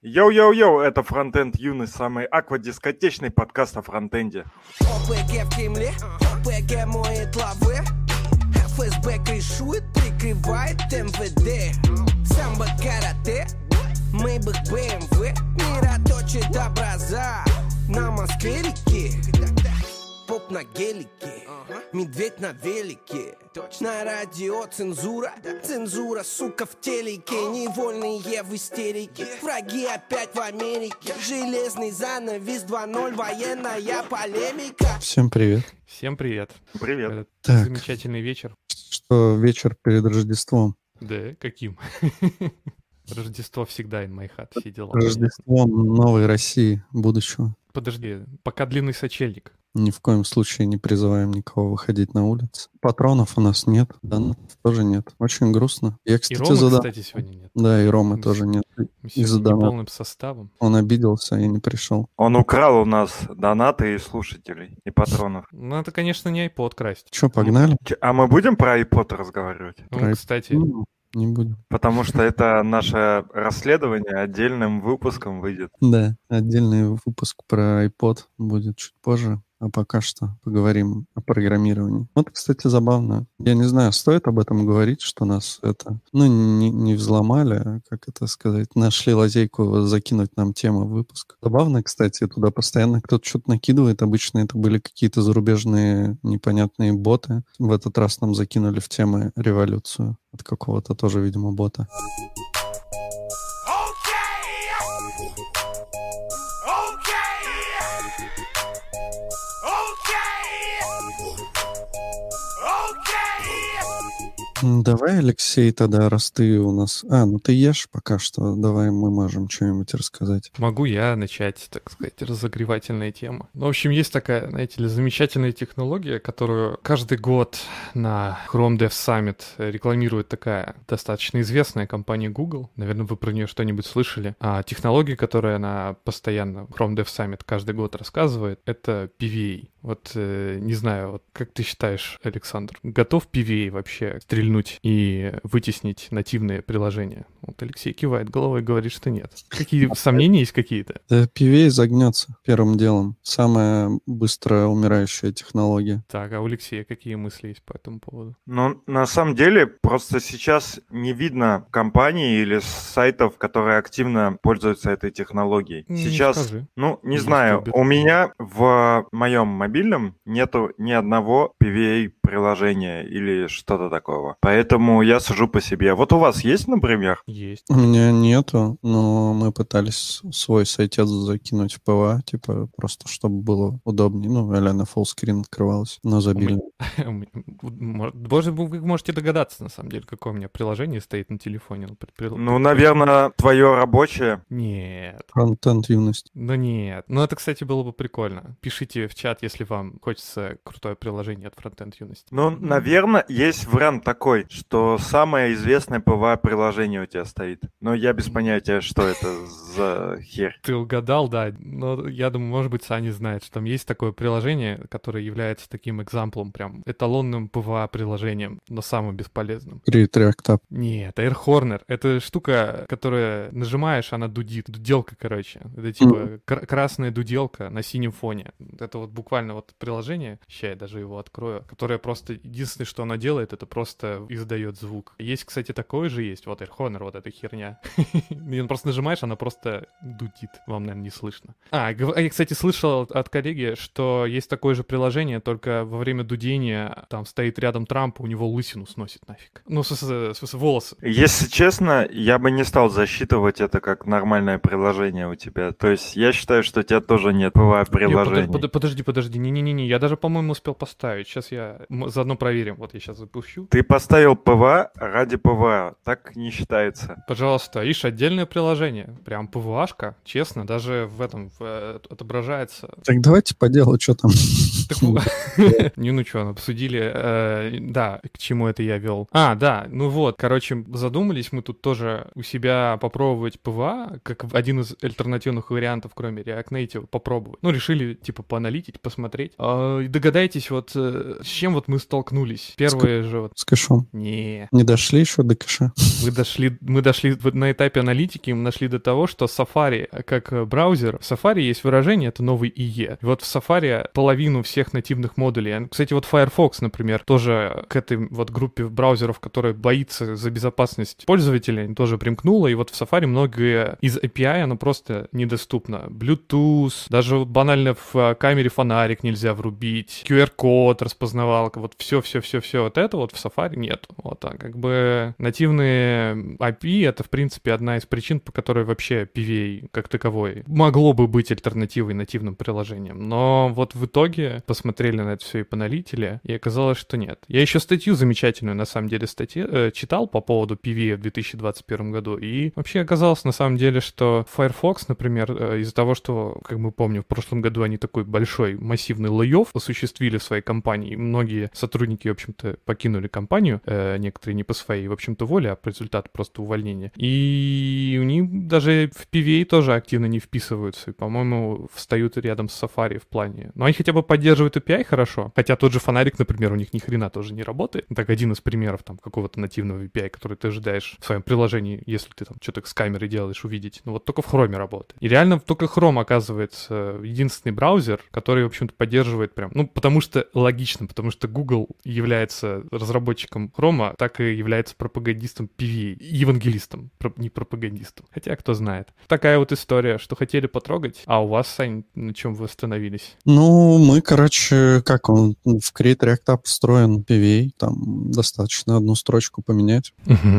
Йоу-йоу-йоу, это Фронтенд Юность, самый аквадискотечный подкаст о фронтенде. ОПГ в Кремле, ОПГ моет лавы, ФСБ крышует, прикрывает МВД. Самбо карате, Мэйбах БМВ, мира точит образа. На Москве-реке, поп на гелике, медведь на велике. На радио цензура, цензура, сука, в телеке. Невольные в истерике, враги опять в Америке. Железный занавес 2.0, военная полемика. Всем привет. Всем привет. Привет. Так. Замечательный вечер. Что вечер перед Рождеством? Да, каким? Рождество всегда in my heart, все дела. Рождеством новой России, будущего. Подожди, пока длинный сочельник. Ни в коем случае не призываем никого выходить на улицу. Патронов у нас нет, донатов тоже нет. Очень грустно. Я, И кстати, Ромы, кстати, сегодня нет. Да, и Ромы тоже нет. Мы Из-за сегодня доната. полным составом. Он обиделся и не пришел. Он украл у нас донаты и слушателей, и патронов. Ну, это, конечно, не iPod красть. Че, погнали? А мы будем про iPod разговаривать? Ну, Про кстати, Ну, не будем. Потому что это наше расследование отдельным выпуском выйдет. Да, отдельный выпуск про iPod будет чуть позже. А пока что поговорим о программировании. Вот, кстати, забавно. Я не знаю, стоит об этом говорить, что нас это... не взломали, а, как это сказать, нашли лазейку закинуть нам тему в выпуск. Забавно, кстати, туда постоянно кто-то что-то накидывает. Обычно это были какие-то зарубежные непонятные боты. В этот раз нам закинули в темы революцию от какого-то тоже, видимо, бота. Давай, Алексей, тогда, раз ты у нас... ну ты ешь пока что, давай мы можем что-нибудь рассказать. могу я начать, так сказать, разогревательная тема. Ну, в общем, есть такая, знаете ли, замечательная технология, которую каждый год на Chrome Dev Summit рекламирует такая достаточно известная компания Google. Наверное, вы про нее что-нибудь слышали. А технология, которую она постоянно Chrome Dev Summit каждый год рассказывает, это PVA. Вот, не знаю, вот как ты считаешь, Александр, готов PVA вообще стрельнуть и вытеснить нативные приложения? Вот Алексей кивает головой и говорит, что нет. Какие сомнения есть какие-то? Да, PVA загнется первым делом. Самая быстро умирающая технология. Так, а у Алексея какие мысли есть по этому поводу? Но на самом деле просто сейчас не видно компаний или сайтов, которые активно пользуются этой технологией. Сейчас, Скажи. не Есть знаю, любят. у меня в моем мобильном нету ни одного PVA-приложения или что-то такого. Поэтому я сужу по себе. Вот у вас есть, например? Есть. У меня нету, но мы пытались свой сайтец закинуть в ПВА, типа просто чтобы было удобнее. А-ля на фуллскрин открывалось, но забили. Боже, вы можете догадаться, на самом деле, какое у меня приложение стоит на телефоне. Наверное, твое рабочее. Нет. Фронтенд юность. Ну нет. Ну это, кстати, было бы прикольно. Пишите в чат, если вам хочется крутое приложение от Frontend Юности. Наверное, есть вариант такой, что самое известное ПВА-приложение у тебя стоит. Но я без понятия, что это за херь. Ты угадал, да. Но я думаю, может быть, Саня знает, что там есть такое приложение, которое является таким экзамплом, прям эталонным ПВА-приложением, но самым бесполезным. React App. Нет, AirHorner. Это штука, которая нажимаешь, она дудит. Дуделка, короче. Это типа красная дуделка на синем фоне. Это вот буквально вот приложение, сейчас я даже его открою, которое просто, единственное, что оно делает, это просто издает звук. Есть, кстати, такое же есть, вот AirHorner, вот эта херня. И просто нажимаешь, она просто дудит. Вам, наверное, не слышно. Я, кстати, слышал от коллеги, что есть такое же приложение, только во время дудения там стоит рядом Трамп, у него лысину сносит нафиг. В смысле, волосы. Если честно, я бы не стал засчитывать это как нормальное приложение у тебя. То есть я считаю, что у тебя тоже нет ПВА-приложений. Подожди, не-не-не, я даже, по-моему, успел поставить. Сейчас заодно проверим. Вот я сейчас запущу. Ты поставил ПВА ради ПВА. Так не считается. Пожалуйста, ишь, отдельное приложение. Прям ПВАшка, честно, даже в этом отображается. Так давайте по делу, что там. Обсудили, да, к чему это я вел. Да, короче, задумались мы тут тоже у себя попробовать ПВА, как один из альтернативных вариантов, кроме React Native, попробовать. Решили, типа, поаналитить, посмотреть, посмотреть. И догадайтесь, вот с чем вот мы столкнулись. Первые же вот... С кэшом. Не дошли еще до кэша. Мы дошли на этапе аналитики, мы дошли до того, что Safari, как браузер, в Safari есть выражение, это новый IE. И вот в Safari половину всех нативных модулей. Кстати, вот Firefox, например, тоже к этой вот группе браузеров, которые боится за безопасность пользователя, тоже примкнула. И вот в Safari многое из API, оно просто недоступно. Bluetooth, даже вот банально в камере фонарик нельзя врубить, QR-код, распознавалка, вот все вот это вот в Safari нет. Вот так, как бы нативные API — это, в принципе, одна из причин, по которой вообще PVA как таковой могло бы быть альтернативой нативным приложениям. Но вот в итоге посмотрели на это все и поналитили, и оказалось, что нет. Я еще статью замечательную, на самом деле, читал по поводу PVA в 2021 году, и вообще оказалось, на самом деле, что Firefox, например, из-за того, что, как мы помним, в прошлом году они такой большой массивный лей-офф осуществили в своей компании, и многие сотрудники, в общем-то, покинули компанию, некоторые не по своей, в общем-то, воле, а по результату просто увольнения. И у них даже в PVA тоже активно не вписываются, и, по-моему, встают рядом с Safari в плане. Но они хотя бы поддерживают API хорошо, хотя тот же фонарик, например, у них ни хрена тоже не работает. Так, один из примеров там какого-то нативного API, который ты ожидаешь в своем приложении, если ты там что-то с камерой делаешь, увидеть. Ну вот только в Chrome работает. И реально только Chrome оказывается единственный браузер, который, в общем-то, поддерживает прям, ну, потому что логично, потому что Google является разработчиком Chrome, так и является пропагандистом PVA, евангелистом, не пропагандистом. Хотя, кто знает. Такая вот история, что хотели потрогать. А у вас, Сань, на чем вы остановились? Ну, мы, короче, как он в Create React App встроен PVA, там достаточно одну строчку поменять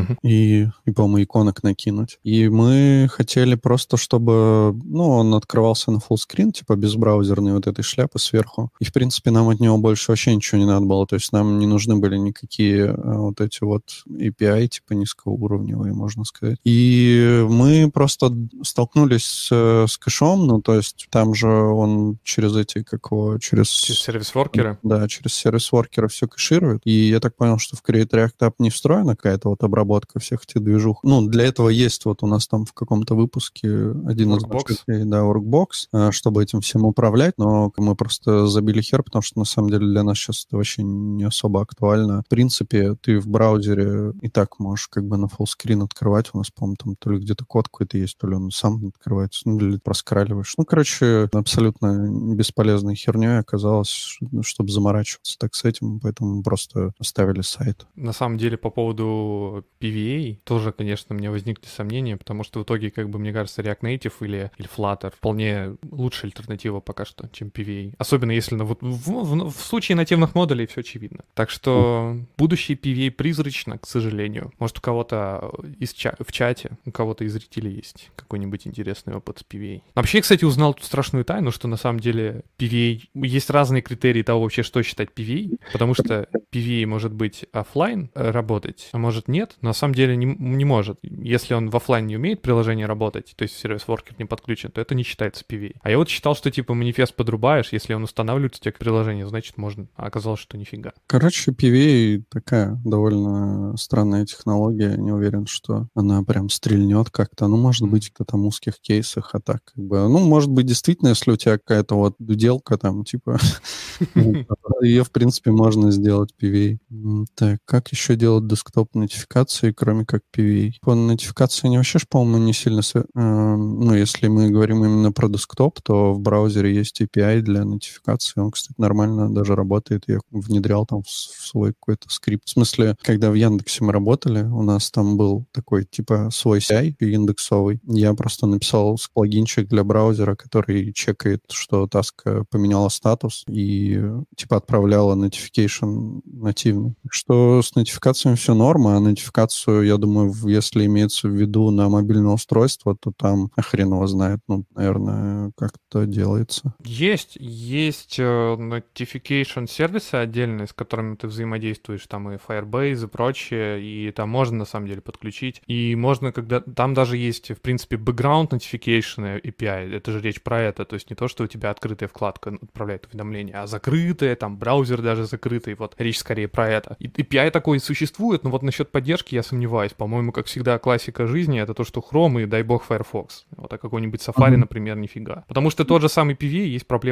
и по-моему, иконок накинуть. И мы хотели просто, чтобы, ну, он открывался на fullscreen, типа безбраузерной вот этой шляпы сверху. И, в принципе, нам от него больше вообще ничего не надо было. То есть нам не нужны были никакие вот эти вот API, типа низкоуровневые, можно сказать. И мы просто столкнулись с кэшом, ну, то есть там же он через эти, как его, через сервис-воркеры? Да, через сервис-воркеры все кэширует. И я так понял, что в Create React App не встроена какая-то вот обработка всех этих движух. Ну, для этого есть вот у нас там в каком-то выпуске один из больших, да, Workbox, чтобы этим всем управлять, но мы просто забили хер, потому что на самом деле для нас сейчас это вообще не особо актуально. В принципе, ты в браузере и так можешь как бы на фуллскрин открывать. У нас, по-моему, там то ли где-то код какой-то есть, то ли он сам открывается, ну, или проскраливаешь. Ну, короче, абсолютно бесполезной херней оказалось, чтобы заморачиваться так с этим, поэтому просто оставили сайт. На самом деле, по поводу PVA тоже, конечно, у меня возникли сомнения, потому что в итоге, как бы, мне кажется, React Native или Flutter вполне лучшая альтернатива пока что, чем PVA. Особенно если в случае нативных модулей все очевидно. Так что будущее PVA призрачно, к сожалению. Может, у кого-то в чате, у кого-то из зрителей есть какой-нибудь интересный опыт с PVA. Вообще, кстати, узнал тут страшную тайну, что на самом деле PVA... Есть разные критерии того вообще, что считать PVA, потому что PVA может быть офлайн работать, а может нет. Но на самом деле не может. Если он в офлайн не умеет приложение работать, то есть сервис-воркер не подключен, то это не считается PVA. А я вот считал, что типа манифест подрубаешь, если он устанавливается у тебя к приложению, значит можно. А оказалось, что нифига. Короче, PVA такая довольно странная технология. Не уверен, что она прям стрельнет как-то. Ну, может быть, в каких-то там узких кейсах, а так как бы... Ну, может быть, действительно, если у тебя какая-то вот дуделка там, типа... Ее, в принципе, можно сделать PVA. Так, как еще делать десктоп-нотификации, кроме как PVA? По нотификации они вообще, по-моему, не сильно... Ну, если мы говорим именно про десктоп, то в браузере есть API для нотификации. Он, кстати, нормально даже работает. Я внедрял там в свой какой-то скрипт. В смысле, когда в Яндексе мы работали, у нас там был такой, типа, свой CI индексовый. Я просто написал плагинчик для браузера, который чекает, что таска поменяла статус и, типа, отправляла notification нативно. Что с нотификациями все норма, а нотификацию, я думаю, если имеется в виду на мобильное устройство, то там хрен его знает. Ну, наверное, как-то делается. Есть notification сервисы отдельные, с которыми ты взаимодействуешь, там и Firebase и прочее, и там можно на самом деле подключить. И можно, когда... Там даже есть, в принципе, background notification API, это же речь про это, то есть не то, что у тебя открытая вкладка отправляет уведомления, а закрытая, там браузер даже закрытый, вот речь скорее про это. И API такой существует, но вот насчет поддержки я сомневаюсь. По-моему, как всегда, классика жизни — это то, что Chrome и, дай бог, Firefox. Вот, а какой-нибудь Safari, например, нифига. Потому что тот же самый PVA есть проблема с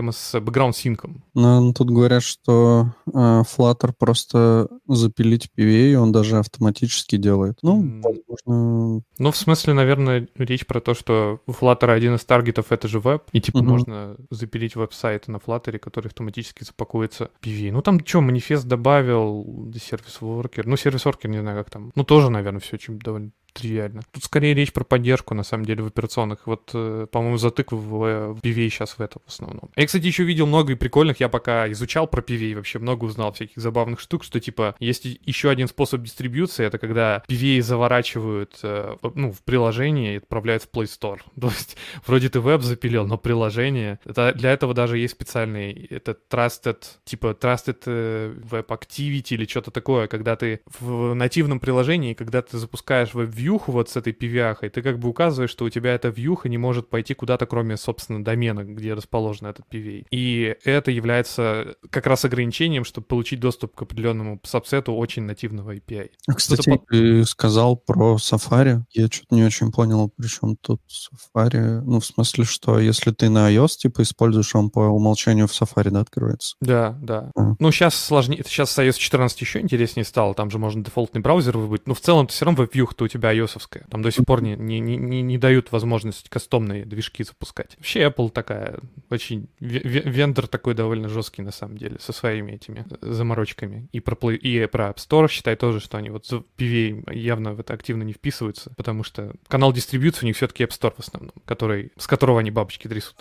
бэкграунд-синком. Ну, тут говорят, что Flutter просто запилить PVA, он даже автоматически делает. Ну, возможно... Ну, в смысле, наверное, речь про то, что у Flutter один из таргетов — это же веб, и типа можно запилить веб-сайт на Flutter, который автоматически запакуется PVA. Ну, там что, манифест добавил, сервис-воркер. Ну, сервис-воркер, не знаю, как там. Ну, тоже, наверное, все очень довольно тривиально. Тут скорее речь про поддержку, на самом деле, в операционных. Вот, по-моему, затык в PVA сейчас в этом в основном. Я, кстати, еще видел много и прикольных. Я пока изучал про PVA, вообще много узнал всяких забавных штук, что, типа, есть еще один способ дистрибьюции, это когда PVA заворачивают, в приложение и отправляют в Play Store. То есть, вроде ты веб запилил, но приложение... Для этого даже есть специальный, это Trusted Web Activity или что-то такое, когда ты в нативном приложении, когда ты запускаешь веб-вьюху вот с этой PVA-хой, ты как бы указываешь, что у тебя эта вьюха не может пойти куда-то, кроме, собственно, домена, где расположен этот PVA. И это является как раз ограничением, чтобы получить доступ к определенному сабсету очень нативного API. Кстати, ты сказал про Safari. Я что-то не очень понял, при чем тут Safari. Ну, в смысле, что если ты на iOS, типа, используешь, он по умолчанию в Safari, да, открывается? Да. Ну, сейчас сложнее. Сейчас с iOS 14 еще интереснее стало. Там же можно дефолтный браузер выбрать. Но в целом все равно веб-вьюха-то у тебя iOS-овская. Там до сих пор не дают возможность кастомные движки запускать. Вообще Apple такая очень... Вендор такой довольно жесткий, на самом деле, со своими этими заморочками. И про App Store, считай, тоже, что они вот в PVA явно в это активно не вписываются, потому что канал дистрибьюции у них все-таки App Store в основном, с которого они бабочки трясут.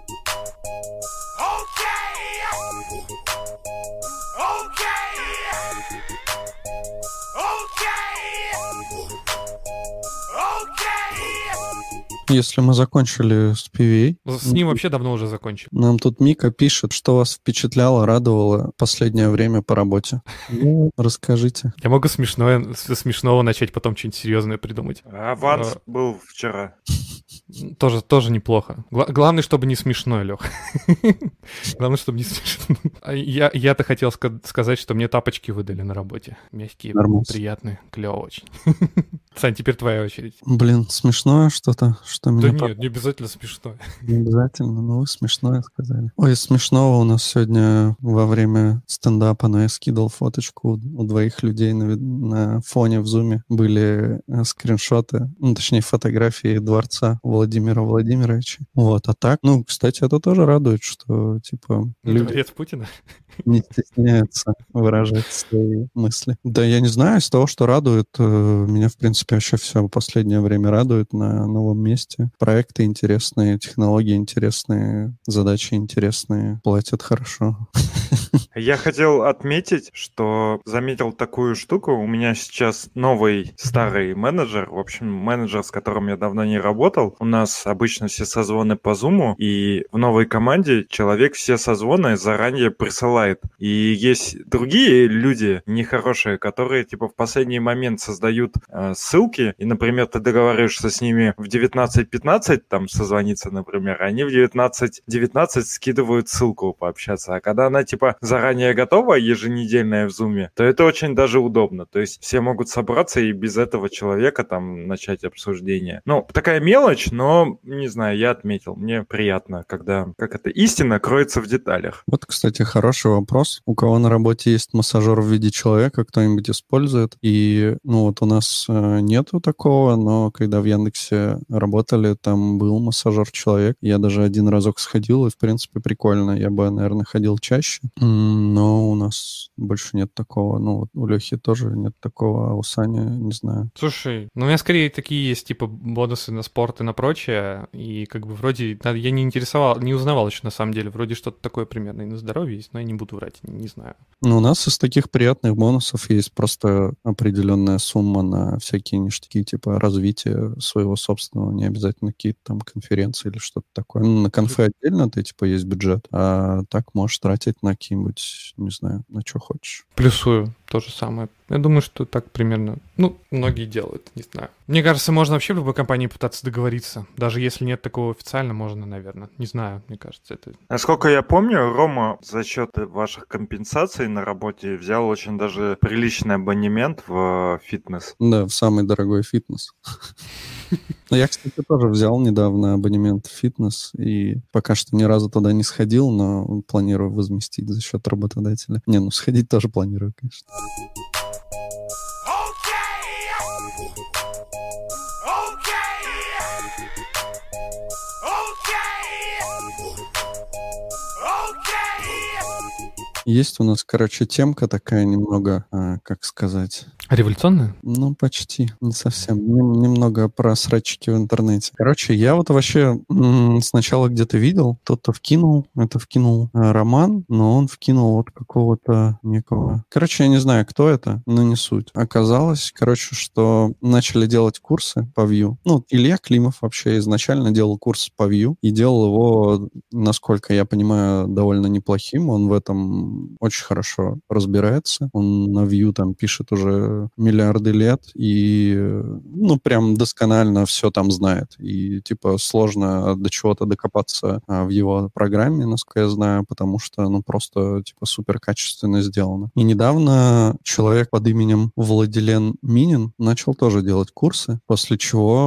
Если мы закончили с PVA... С ним вообще давно уже закончили. Нам тут Мика пишет, что вас впечатляло, радовало последнее время по работе. Ну, расскажите. Я могу со смешного начать, потом что-нибудь серьезное придумать. Аванс был вчера. Тоже неплохо. Главное, чтобы не смешно, Лех. Главное, чтобы не смешно. Я-то хотел сказать, что мне тапочки выдали на работе. Мягкие, приятные, клево очень. Сань, теперь твоя очередь. Блин, смешное что-то, что меня... Да нет, не обязательно смешное. Не обязательно, но вы смешное сказали. Ой, из смешного у нас сегодня во время стендапа, но я скидывал фоточку у двоих людей на фоне в зуме. Были скриншоты, точнее, фотографии дворца Владимира Владимировича. Вот, а так, кстати, это тоже радует, что, типа, люди... Дворец Путина? Не стесняются выражать свои мысли. Да, я не знаю, из того, что радует, меня, в принципе, вообще все в последнее время радует на новом месте. Проекты интересные, технологии интересные, задачи интересные, платят хорошо. Я хотел отметить, что заметил такую штуку. У меня сейчас новый старый менеджер, в общем, менеджер, с которым я давно не работал. У нас обычно все созвоны по Zoom, и в новой команде человек все созвоны заранее присылает. И есть другие люди нехорошие, которые типа в последний момент создают ссылки, и, например, ты договариваешься с ними в 19:15 там созвониться, например, а они в 19:19 скидывают ссылку пообщаться. А когда она типа заранее готова, еженедельная в Zoom, то это очень даже удобно. То есть все могут собраться и без этого человека там начать обсуждение. Ну, такая мелочь, но, не знаю, я отметил. Мне приятно, когда, истина кроется в деталях. Вот, кстати, хороший вопрос. У кого на работе есть массажер в виде человека, кто-нибудь использует? И, вот у нас нету такого, но когда в Яндексе работали, там был массажер-человек. Я даже один разок сходил, и, в принципе, прикольно. Я бы, наверное, ходил чаще. Но у нас больше нет такого. Вот у Лехи тоже нет такого, а у Сани, не знаю. Слушай, у меня скорее такие есть, типа, бонусы на спорт и на прочее, и как бы вроде, я не узнавал еще на самом деле, вроде что-то такое примерно и на здоровье есть, но я не буду врать, не знаю. У нас из таких приятных бонусов есть просто определенная сумма на всякие ништяки, типа развитие своего собственного, не обязательно какие-то там конференции или что-то такое. На конфе отдельно ты, типа, есть бюджет, а так можешь тратить на какие-нибудь, не знаю, на что хочешь. Плюсую то же самое. Я думаю, что так примерно, многие делают, не знаю. Мне кажется, можно вообще в любой компании пытаться договориться. Даже если нет такого официально, можно, наверное. Не знаю, мне кажется, это... Насколько я помню, Рома за счет ваших компенсаций на работе взял очень даже приличный абонемент в фитнес. Да, в самый дорогой фитнес. Ну, я, кстати, тоже взял недавно абонемент в фитнес, и пока что ни разу туда не сходил, но планирую возместить за счет работодателя. Не, ну сходить тоже планирую, конечно. Есть у нас, короче, темка такая немного, как сказать... Революционная? Ну, почти, не совсем. Немного про срачики в интернете. Короче, я вот вообще сначала где-то видел, кто-то вкинул Роман, но он вкинул вот какого-то некого... Короче, я не знаю, кто это, но не суть. Оказалось, короче, что начали делать курсы по Vue. Ну, Илья Климов вообще изначально делал курс по Vue и делал его, насколько я понимаю, довольно неплохим. Он в этом очень хорошо разбирается. Он на Vue там пишет уже миллиарды лет и, ну, прям досконально все там знает. И, типа, сложно до чего-то докопаться в его программе, насколько я знаю, потому что, ну, просто, типа, супер качественно сделано. И недавно человек под именем Владилен Минин начал тоже делать курсы, после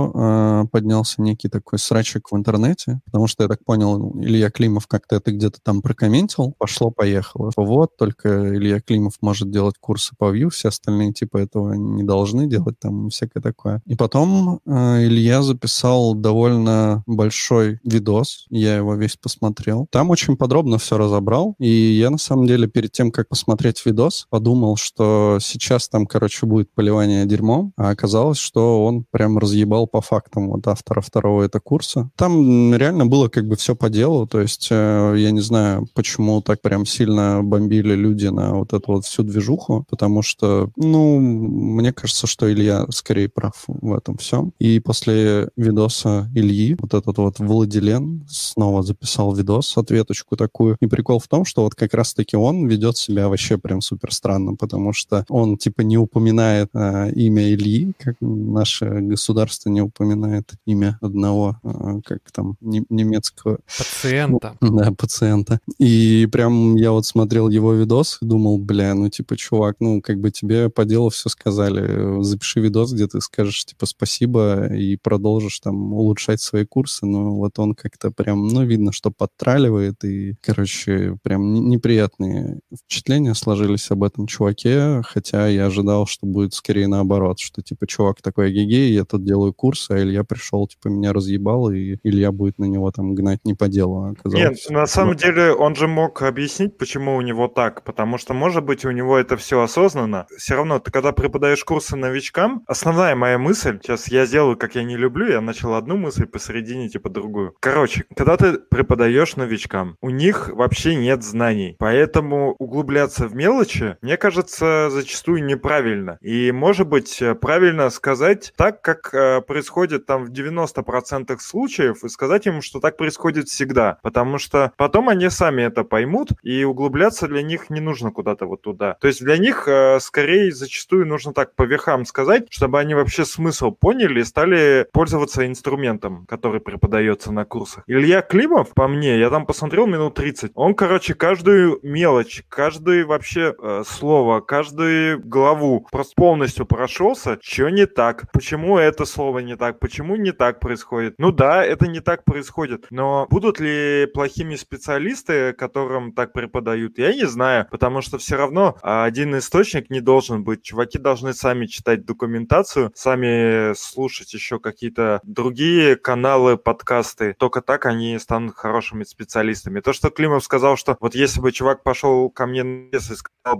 чего поднялся некий такой срачик в интернете, потому что, я так понял, Илья Климов как-то это где-то там прокомментил, пошло-поехало. Вот, только Илья Климов может делать курсы по Vue, все остальные, типа, этого не должны делать, там, всякое такое. И потом Илья записал довольно большой видос, я его весь посмотрел. Там очень подробно все разобрал, и я, на самом деле, перед тем, как посмотреть видос, подумал, что сейчас там, короче, будет поливание дерьмом, а оказалось, что он прям разъебал по фактам вот автора второго этого курса. Там реально было как бы все по делу, то есть я не знаю, почему так прям сильно бомбили люди на вот эту вот всю движуху, потому что, ну, мне кажется, что Илья скорее прав в этом всем. И после видоса Ильи вот этот вот Владилен снова записал видос, ответочку такую. И прикол в том, что вот как раз-таки он ведет себя вообще прям супер странно, потому что он типа не упоминает имя Ильи, как наше государство не упоминает имя одного, как там, немецкого... Пациента. Да, пациента. И прям я вот смотрел его видос и думал, бля, ну типа, чувак, ну как бы тебе по делу все сказали. Запиши видос, где ты скажешь, типа, спасибо и продолжишь там улучшать свои курсы. Но вот он как-то прям, ну, видно, что подтраливает. И, короче, прям неприятные впечатления сложились об этом чуваке. Хотя я ожидал, что будет скорее наоборот. Что, типа, чувак такой гигей, я тут делаю курсы, а Илья пришел, типа, меня разъебал, и Илья будет на него там гнать не по делу. Нет, на самом деле он же мог объяснить, почему у него так. Потому что, может быть, у него это все осознанно. Все равно ты когда преподаешь курсы новичкам, основная моя мысль, сейчас я сделаю, как я не люблю, я начал одну мысль, посередине типа другую. Короче, когда ты преподаешь новичкам, у них вообще нет знаний, поэтому углубляться в мелочи, мне кажется, зачастую неправильно. И, может быть, правильно сказать так, как происходит там в 90% случаев, и сказать им, что так происходит всегда, потому что потом они сами это поймут, и углубляться для них не нужно куда-то вот туда. То есть для них скорее зачастую нужно так по верхам сказать, чтобы они вообще смысл поняли и стали пользоваться инструментом, который преподается на курсах. Илья Климов, по мне, я там посмотрел минут 30, он, короче, каждую мелочь, каждое вообще слово, каждую главу просто полностью прошелся, что не так, почему это слово не так, почему не так происходит. Ну да, это не так происходит, но будут ли плохими специалисты, которым так преподают, я не знаю, потому что все равно один источник не должен быть. Чуваки должны сами читать документацию, сами слушать еще какие-то другие каналы, подкасты. Только так они станут хорошими специалистами. То, что Климов сказал, что вот если бы чувак пошел ко мне на вес и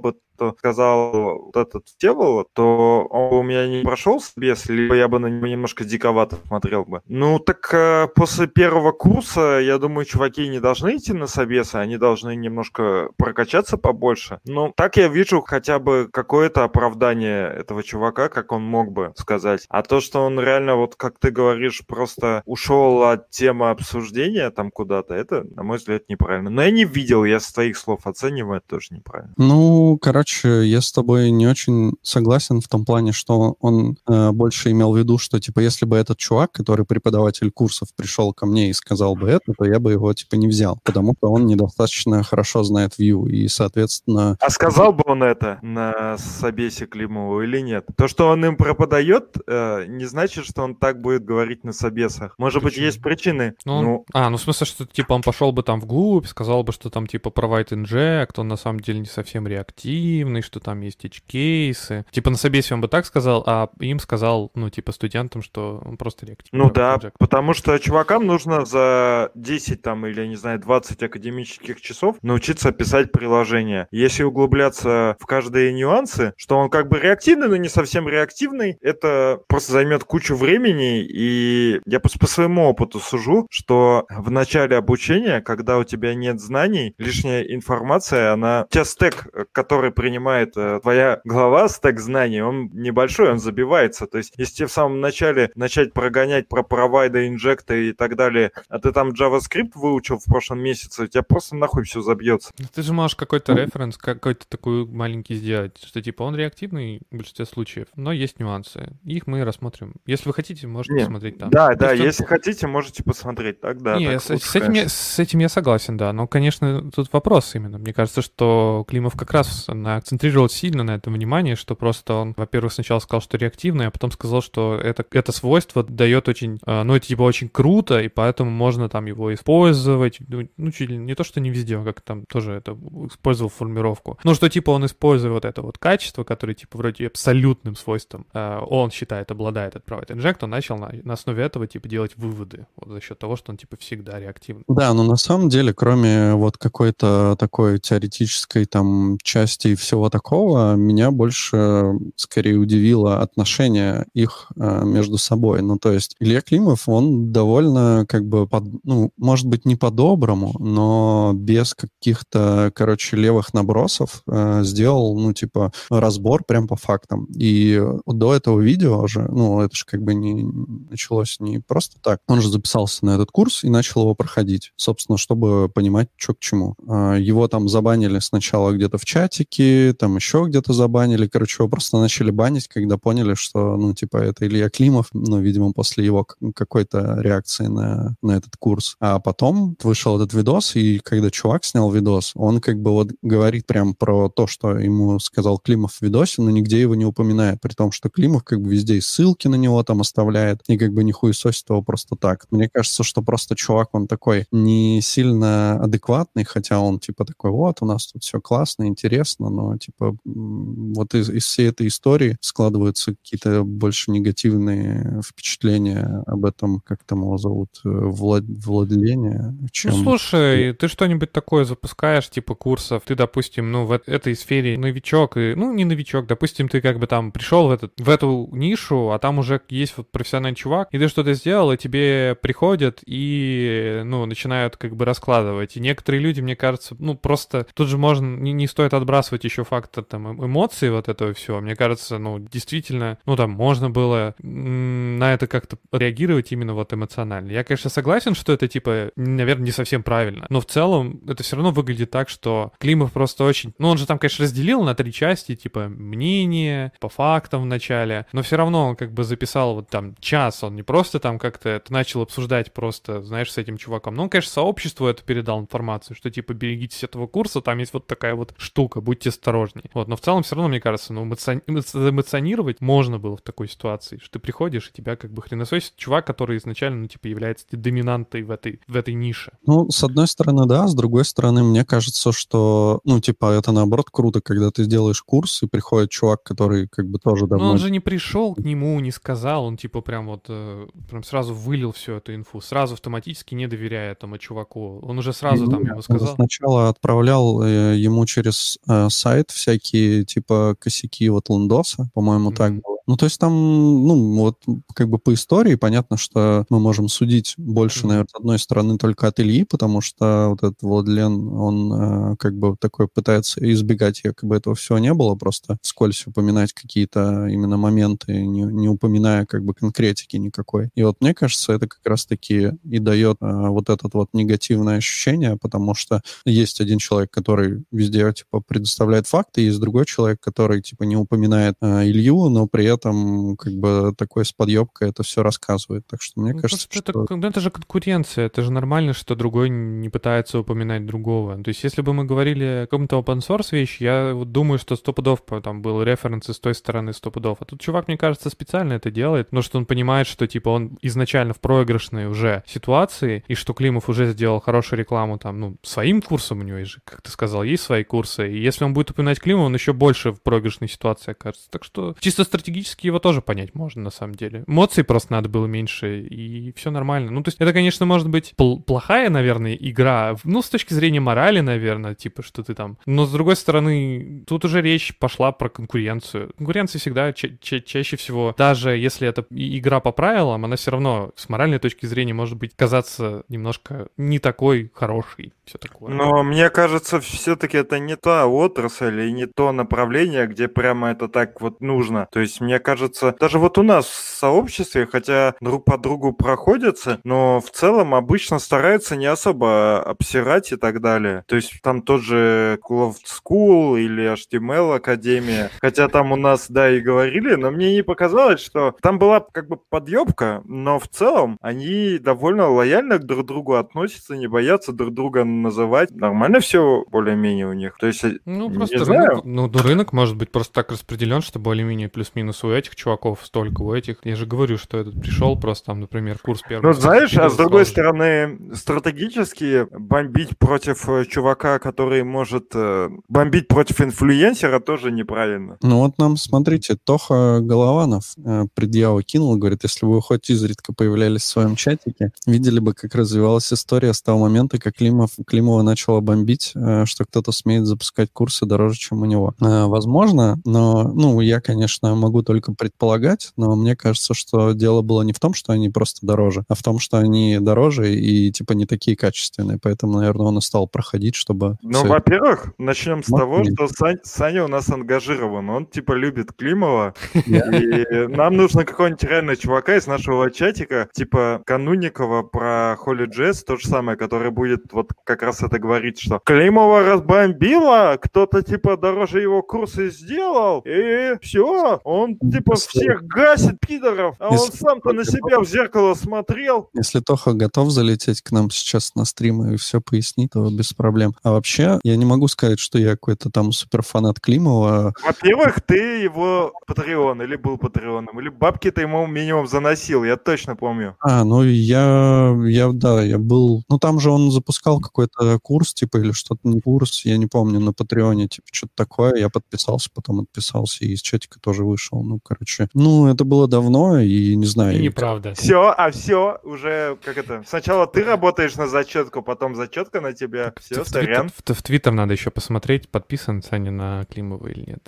сказал вот этот Всеволод, то он бы у меня не прошел собес, либо я бы на него немножко диковато смотрел бы. Ну, так после первого курса, я думаю, чуваки не должны идти на собесы, они должны немножко прокачаться побольше. Ну, так я вижу хотя бы какое-то оправдание этого чувака, как он мог бы сказать. А то, что он реально, вот как ты говоришь, просто ушел от темы обсуждения там куда-то, это, на мой взгляд, неправильно. Но я не видел, я с твоих слов оцениваю, это тоже неправильно. Ну, короче, короче, я с тобой не очень согласен в том плане, что он больше имел в виду, что, типа, если бы этот чувак, который преподаватель курсов, пришел ко мне и сказал бы это, то я бы его, типа, не взял, потому что он недостаточно хорошо знает Vue, и, соответственно... А сказал бы он это на собесе Климову или нет? То, что он им преподает, не значит, что он так будет говорить на собесах. Может быть, есть причины. В смысле, что, типа, он пошел бы там вглубь, сказал бы, что там, типа, provide inject, он на самом деле не совсем реактивный, что там есть edge-кейсы. Типа, на собесе он бы так сказал, а им сказал, ну, типа, студентам, что он просто реактивный. Ну да, потому что чувакам нужно за 10 там, или, не знаю, 20 академических часов научиться писать приложение. Если углубляться в каждые нюансы, что он как бы реактивный, но не совсем реактивный, это просто займет кучу времени, и я просто по своему опыту сужу, что в начале обучения, когда у тебя нет знаний, лишняя информация, у тебя стек, который принимает твоя глава, стек знаний, он небольшой, он забивается. То есть, если тебе в самом начале начать прогонять про провайда, инжекты и так далее, а ты там JavaScript выучил в прошлом месяце, у тебя просто нахуй все забьется. Ты же можешь какой-то референс, какой-то такой маленький сделать, что типа он реактивный в большинстве случаев, но есть нюансы. Их мы рассмотрим. Если вы хотите, можете посмотреть там. Да, если хотите, можете посмотреть. Тогда. С этим я согласен, да. Но, конечно, тут вопрос именно. Мне кажется, что Климов как раз акцентрировал сильно на этом внимание, что просто он, во-первых, сначала сказал, что реактивный, а потом сказал, что это свойство дает очень, это типа очень круто, и поэтому можно там его использовать. Ну, чуть ли не то, что не везде, как там тоже это использовал формулировку. Ну, что типа он использует вот это вот качество, которое типа вроде абсолютным свойством он считает, обладает от Provide Inject, он начал на основе этого типа делать выводы вот, за счет того, что он типа всегда реактивный. Да, но на самом деле, кроме вот какой-то такой теоретической там части и всего такого, меня больше скорее удивило отношение их между собой. Ну, то есть Илья Климов, он довольно как бы, может быть, не по-доброму, но без каких-то, левых набросов сделал, разбор прям по фактам. И до этого видео же, это же как бы не началось не просто так. Он же записался на этот курс и начал его проходить, собственно, чтобы понимать, что к чему. Его там забанили сначала где-то в чатике, там еще где-то забанили. Его просто начали банить, когда поняли, что, это Илья Климов, видимо, после его какой-то реакции на этот курс. А потом вышел этот видос, и когда чувак снял видос, он как бы вот говорит прям про то, что ему сказал Климов в видосе, но нигде его не упоминает, при том, что Климов как бы везде и ссылки на него там оставляет, и как бы не хуесосит его просто так. Мне кажется, что просто чувак, он такой не сильно адекватный, хотя он типа такой, вот, у нас тут все классно, интересно, но типа вот из всей этой истории складываются какие-то больше негативные впечатления об этом, как там его зовут, владение, чем... Ну, слушай, ты что-нибудь такое запускаешь, типа курсов, ты, допустим, в этой сфере новичок, не новичок, допустим, ты как бы там пришел в эту нишу, а там уже есть вот профессиональный чувак, и ты что-то сделал, и тебе приходят и, начинают как бы раскладывать. И некоторые люди, мне кажется, просто тут же не стоит отбрасывать еще фактор там эмоций вот этого всего. Мне кажется, действительно, там можно было на это как-то реагировать именно вот эмоционально. Я, конечно, согласен, что это, типа, наверное, не совсем правильно, но в целом это все равно выглядит так, что Климов просто очень... он же там, конечно, разделил на 3 части, типа, мнение, по фактам в начале, но все равно он как бы записал вот там час, он не просто там как-то это начал обсуждать просто, знаешь, с этим чуваком. Он, конечно, сообществу это передал информацию, что, типа, берегитесь этого курса, там есть вот такая вот штука, будьте осторожнее. Вот, но в целом все равно, мне кажется, эмоционировать можно было в такой ситуации, что ты приходишь, и тебя как бы хренососит чувак, который изначально, является доминантой в этой нише. С одной стороны, да, с другой стороны, мне кажется, что, это наоборот круто, когда ты делаешь курс, и приходит чувак, который как бы тоже давно... Но он же не пришел к нему, не сказал, он типа прям сразу вылил всю эту инфу, сразу автоматически не доверяя этому чуваку. Он уже сразу там ему сказал. Он сначала отправлял ему через сайт всякие типа косяки вот Лендоса, по-моему, так было. Ну, то есть там, ну, вот как бы по истории понятно, что мы можем судить больше, наверное, с одной стороны только от Ильи, потому что вот этот Владлен, он как бы такой пытается избегать, якобы этого всего не было, просто вскользь упоминать какие-то именно моменты, не упоминая как бы конкретики никакой. И вот мне кажется, это как раз-таки и дает вот этот вот негативное ощущение, потому что есть один человек, который везде, типа, предоставляет факты, и есть другой человек, который, типа, не упоминает Илью, но при этом, как бы, такой с подъебкой это все рассказывает. Так что мне кажется, что... Это же конкуренция, это же нормально, что другой не пытается упоминать другого. То есть если бы мы говорили о каком-то open source вещи, я вот думаю, что 100 пудов там был референс с той стороны 100 пудов. А тут чувак, мне кажется, специально это делает, потому что он понимает, что, типа, он изначально в проигрышной уже ситуации, и что Климов уже сделал хорошую рекламу там, ну, своим курсом у него есть же, как ты сказал, есть свои курсы, и если он будет упоминать Климова, он еще больше в проигрышной ситуации окажется. Так что чисто стратегически его тоже понять можно, на самом деле. Эмоций просто надо было меньше, и все нормально. Ну, то есть это, конечно, может быть плохая, наверное, игра, ну, с точки зрения морали, наверное, типа, что ты там... Но, с другой стороны, тут уже речь пошла про конкуренцию. Конкуренция всегда чаще всего, даже если это игра по правилам, она все равно с моральной точки зрения может быть казаться немножко не такой хорошей, все такое. Но мне кажется, все-таки это не та отрасль и не то направление, где прямо это так вот нужно. То есть, мне кажется, даже вот у нас в сообществе, хотя друг по другу проходятся, но в целом обычно стараются не особо обсирать и так далее. То есть, там тот же Cloud School или HTML Академия, хотя там у нас, да, и говорили, но мне не показалось, что там была как бы подъебка, но в целом они довольно лояльно друг к другу относятся, не боятся друг друга называть. Нормально все более-менее у них. То есть, ну, не просто знаю. рынок может быть просто так распределен, что более-менее плюс-минус у этих чуваков столько, у этих. Я же говорю, что этот пришел просто там, например, курс первый. Ну, знаешь, а с другой стороны, стратегически бомбить против чувака, который может бомбить против инфлюенсера, тоже неправильно. Ну вот нам, смотрите, Тоха Голованов предъяву кинул, говорит, если бы вы хоть изредка появлялись в своем чатике, видели бы, как развивалась история с того момента, как Климова начала бомбить, что кто-то смеет запускать курсы дороже, чем у него. Возможно, но, ну, я, конечно, могу только предполагать, но мне кажется, что дело было не в том, что они просто дороже, а в том, что они дороже и, типа, не такие качественные. Поэтому, наверное, он и стал проходить, чтобы... Ну, во-первых, начнем с того, что Саня у нас ангажирован. Он, типа, любит Климова. И нам нужно какого-нибудь реально чувака из нашего чатика, типа Кануникова про Holy.js, то же самое, который будет вот как раз это говорить, что Климова разбомбила, кто-то, типа, дороже его курсы сделал, и все, он, типа, всех гасит, пидоров, а он сам-то на себя в зеркало смотрел. Если Тоха готов залететь к нам сейчас на стрим и все пояснить, то без проблем. А вообще, я не могу сказать, что я какой-то там суперфанат Климова. Во-первых, ты его Патреон, или был Патреоном, или бабки ты ему минимум заносил, я точно помню. Ну я был... Ну там же он запускал какой-то курс, типа, или что-то, не курс, я не помню, на Патреоне, типа, что-то такое. Я подписался, потом отписался, и из чатика тоже вышел. Ну, короче, это было давно, и не знаю. И неправда. Все, уже, как это, сначала ты работаешь на зачетку, потом зачетка на тебя, все, сорян. В Твиттер надо еще посмотреть, подписан Саня на Климова или нет.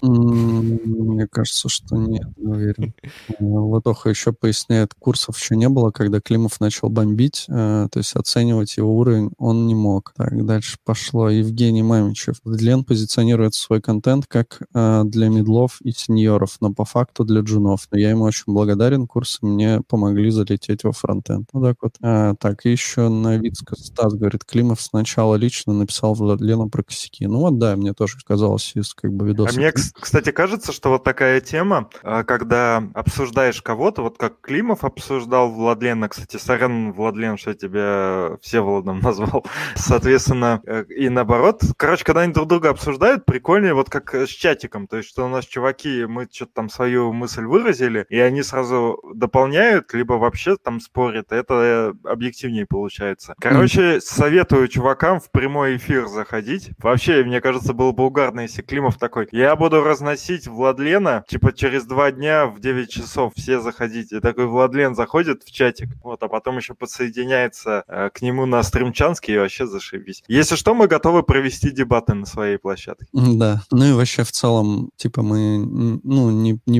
Мне кажется, что нет, не уверен. Вот Тоха еще поясняет, курсов еще не было, когда Климов начал бомбить, то есть оценивать его уровень он не мог. Так, дальше пошло. Евгений Мамичев. Владлен позиционирует свой контент как для мидлов и сеньоров, но по факту для джунов. Но я ему очень благодарен, курсы мне помогли залететь во фронтенд. Вот так вот. Так, и еще Новицко Стас говорит, Климов сначала лично написал Владлену про косяки. Ну вот, да, мне тоже казалось из как бы видосов. А мне, кстати, кажется, что вот такая тема, когда обсуждаешь кого-то, вот как Климов обсуждал Владлена, кстати, сорян, Владлен, что я тебя Всеволодом назвал, соответственно, и наоборот. Короче, когда они друг друга обсуждают, прикольнее вот как с чатиком, то есть, что у нас чуваки, мы что-то там свою мысль выразили, и они сразу дополняют, либо вообще там спорят, и это объективнее получается. Короче, советую чувакам в прямой эфир заходить. Вообще, мне кажется, было бы угарно, если Климов такой, я буду разносить Владлена, типа через 2 дня в 9 часов все заходите. И такой Владлен заходит в чатик, вот, а потом еще подсоединяется к нему на стримчанский и вообще зашибись. Если что, мы готовы провести дебаты на своей площадке. Да, ну и вообще в целом, типа, мы, не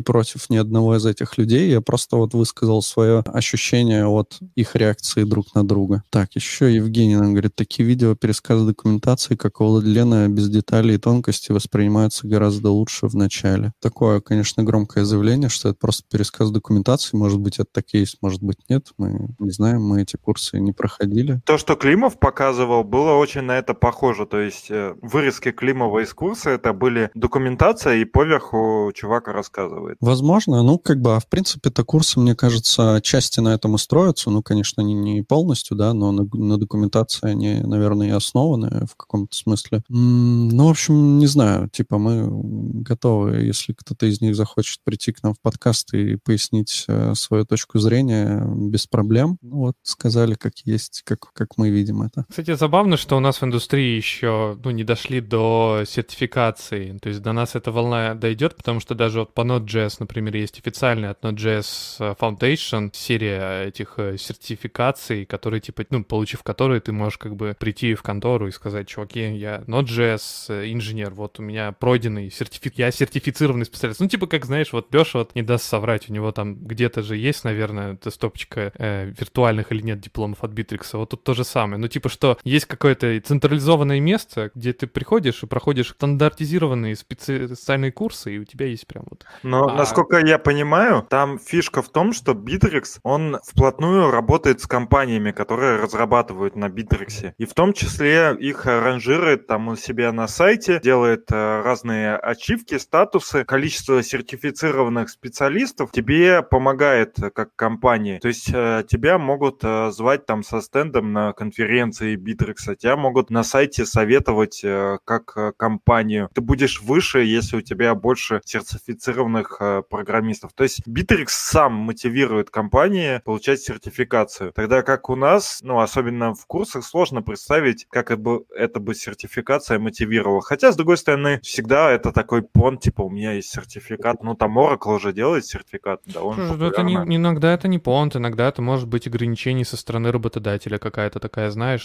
против ни одного из этих людей, я просто вот высказал свое ощущение от их реакции друг на друга. Так, еще Евгений нам говорит, такие видео пересказы документации, как у Лены, без деталей и тонкостей воспринимаются гораздо лучше в начале. Такое, конечно, громкое заявление, что это просто пересказ документации. Может быть, это так и есть, может быть, нет. Мы не знаем, мы эти курсы не проходили. То, что Климов показывал, было очень на это похоже. То есть вырезки Климова из курса, это были документация, и поверху чувак рассказывает. Возможно. Ну, как бы, в принципе-то курсы, мне кажется, отчасти на этом и строятся. Ну, конечно, не полностью, да, но на документации они, наверное, и основаны в каком-то смысле. Ну, в общем, не знаю. Типа, мы готовы, если кто-то из них захочет прийти к нам в подкаст и пояснить свою точку зрения без проблем. Ну, вот, сказали, как есть, как мы видим это. Кстати, забавно, что у нас в индустрии еще не дошли до сертификации. То есть до нас эта волна дойдет, потому что даже вот по Node.js, например, есть официальная от Node.js Foundation серия этих сертификаций, которые, типа, получив которые, ты можешь как бы прийти в контору и сказать, чуваки, я Node.js инженер, вот у меня пройденный я сертифицированный специалист. Ну, типа, как, знаешь, вот Леша вот не даст соврать, у него там где-то же есть, наверное, стопочка виртуальных или нет дипломов от Bittrex. Вот тут то же самое. Ну, типа, что есть какое-то централизованное место, где ты приходишь и проходишь стандартизированные специальные курсы, и у тебя есть прям вот... Но, насколько я понимаю, там фишка в том, что Bittrex, он вплотную работает с компаниями, которые разрабатывают на Bittrex. И в том числе их ранжирует там у себя на сайте, делает разные ачивки, статусы. Количество сертифицированных специалистов тебе помогает как компании. То есть тебя могут звать там со стендом на конференции Bittrex, тебя могут на сайте советовать как компанию. Ты будешь выше, если у тебя больше сертифицированных программистов. То есть Bittrex сам мотивирует компании получать сертификацию. Тогда как у нас, особенно в курсах, сложно представить, как эта бы сертификация мотивировала. Хотя, с другой стороны, всегда это такой понт, типа, у меня есть сертификат. Там Oracle уже делает сертификат, да, он популярный. Иногда это не понт, иногда это может быть ограничение со стороны работодателя какая-то такая, знаешь,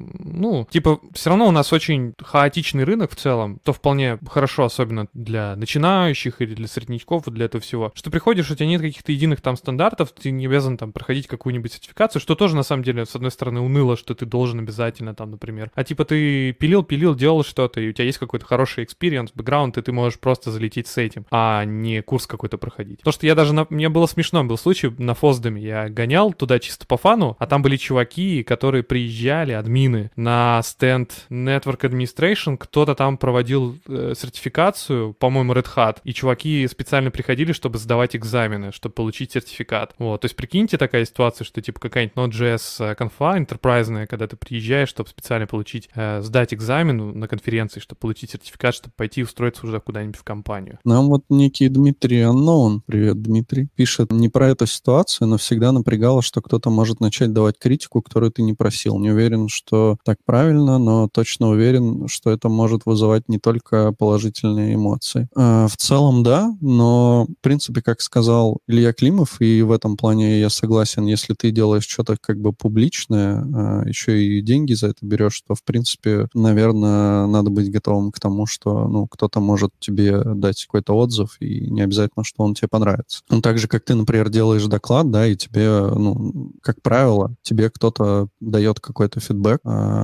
типа, все равно у нас очень хаотичный рынок в целом, то вполне хорошо, особенно для начинающих или для среднячков, для этого всего, что приходишь, у тебя нет каких-то единых там стандартов, ты не обязан там проходить какую-нибудь сертификацию, что тоже на самом деле, с одной стороны, уныло, что ты должен обязательно там, например, а типа ты пилил, делал что-то, и у тебя есть какой-то хороший экспириенс, бэкграунд, и ты можешь просто залететь с этим, а не курс какой-то проходить. Потому что я даже, мне было смешно, был случай на Фоздаме, я гонял туда чисто по фану, а там были чуваки, которые приезжали, админы, на стенд Network Administration, кто-то там проводил сертификацию, по-моему, Red Hat, и чуваки специально приходили, чтобы сдавать экзамены, чтобы получить сертификат. Вот, то есть прикиньте такая ситуация, что типа какая-нибудь Node.js конфа энтерпрайзная, когда ты приезжаешь, чтобы специально получить, сдать экзамен на конференции, чтобы получить сертификат, чтобы пойти устроиться уже куда-нибудь в компанию. Нам вот некий Дмитрий Unknown, привет, Дмитрий, пишет не про эту ситуацию, но всегда напрягало, что кто-то может начать давать критику, которую ты не просил. Не уверен, что так правильно, но точно уверен, что это может вызывать не только положительные эмоции. В целом, да, но, в принципе, как сказал Илья Климов, и в этом плане я согласен, если ты делаешь что-то как бы публичное, еще и деньги за это берешь, то, в принципе, наверное, надо быть готовым к тому, что, кто-то может тебе дать какой-то отзыв, и не обязательно, что он тебе понравится. Так же, как ты, например, делаешь доклад, да, и тебе, как правило, тебе кто-то дает какой-то фидбэк,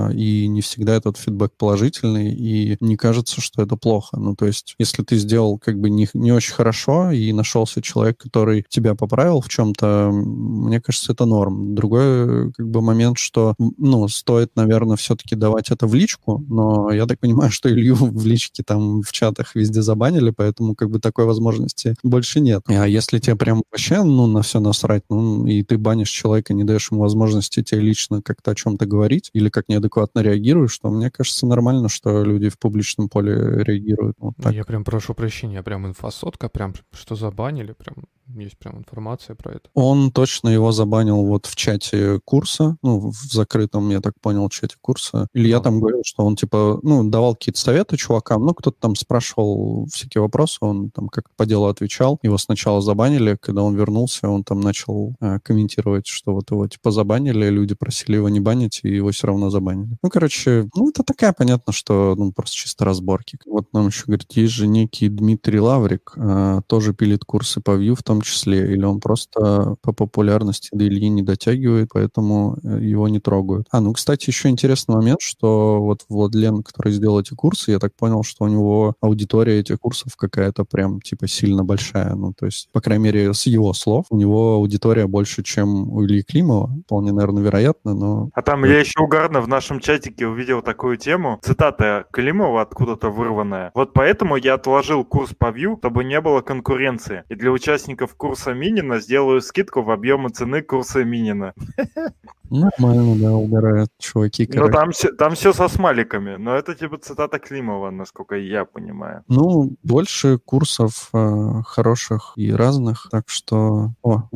и не всегда этот фидбэк положительный, и не кажется, что это плохо. То есть, если ты сделал как бы не очень хорошо, и нашелся человек, который тебя поправил в чем-то, мне кажется, это норм. Другой как бы момент, что, стоит, наверное, все-таки давать это в личку, но я так понимаю, что Илью в личке там в чатах везде забанили, поэтому как бы такой возможности больше нет. А если тебе прям вообще, на все насрать, и ты банишь человека, не даешь ему возможности тебе лично как-то о чем-то говорить или как неадекватно реагируешь, то мне кажется нормально, что люди в публичном поле реагируют вот так. Я прям прошу прощения, прям инфосотка, прям что забанили, прям есть прям информация про это. Он точно его забанил вот в чате курса, ну, в закрытом, я так понял, чате курса. Илья там говорил, что он, типа, ну, давал какие-то советы чувакам, ну, кто-то там спрашивал всякие вопросы, он там как-то по делу отвечал. Его сначала забанили, когда он вернулся, он там начал комментировать, что вот его, типа, забанили, люди просили его не банить, и его все равно забанили. Ну, короче, ну, это такая, понятно, что, ну, просто чисто разборки. Вот нам еще говорит, есть же некий Дмитрий Лаврик, тоже пилит курсы по Vue в том числе, или он просто по популярности до Ильи не дотягивает, поэтому его не трогают. Ну, кстати, еще интересный момент, что вот Владлен, который сделал эти курсы, я так понял, что у него аудитория этих курсов какая-то прям, типа, сильно большая. Ну, то есть, по крайней мере, с его слов, у него аудитория больше, чем у Ильи Климова. Вполне, наверное, вероятно, но... А там я еще угарно в нашем чатике увидел такую тему. Цитата Климова откуда-то вырванная. Вот поэтому я отложил курс по Vue, чтобы не было конкуренции. И для участников курса Минина сделаю скидку в объеме цены курса Минина. Нормально, да, угорают чуваки. Ну, там все со смайликами. Но это типа цитата Климова, насколько я понимаю. Ну, больше курсов хороших и разных. Так что...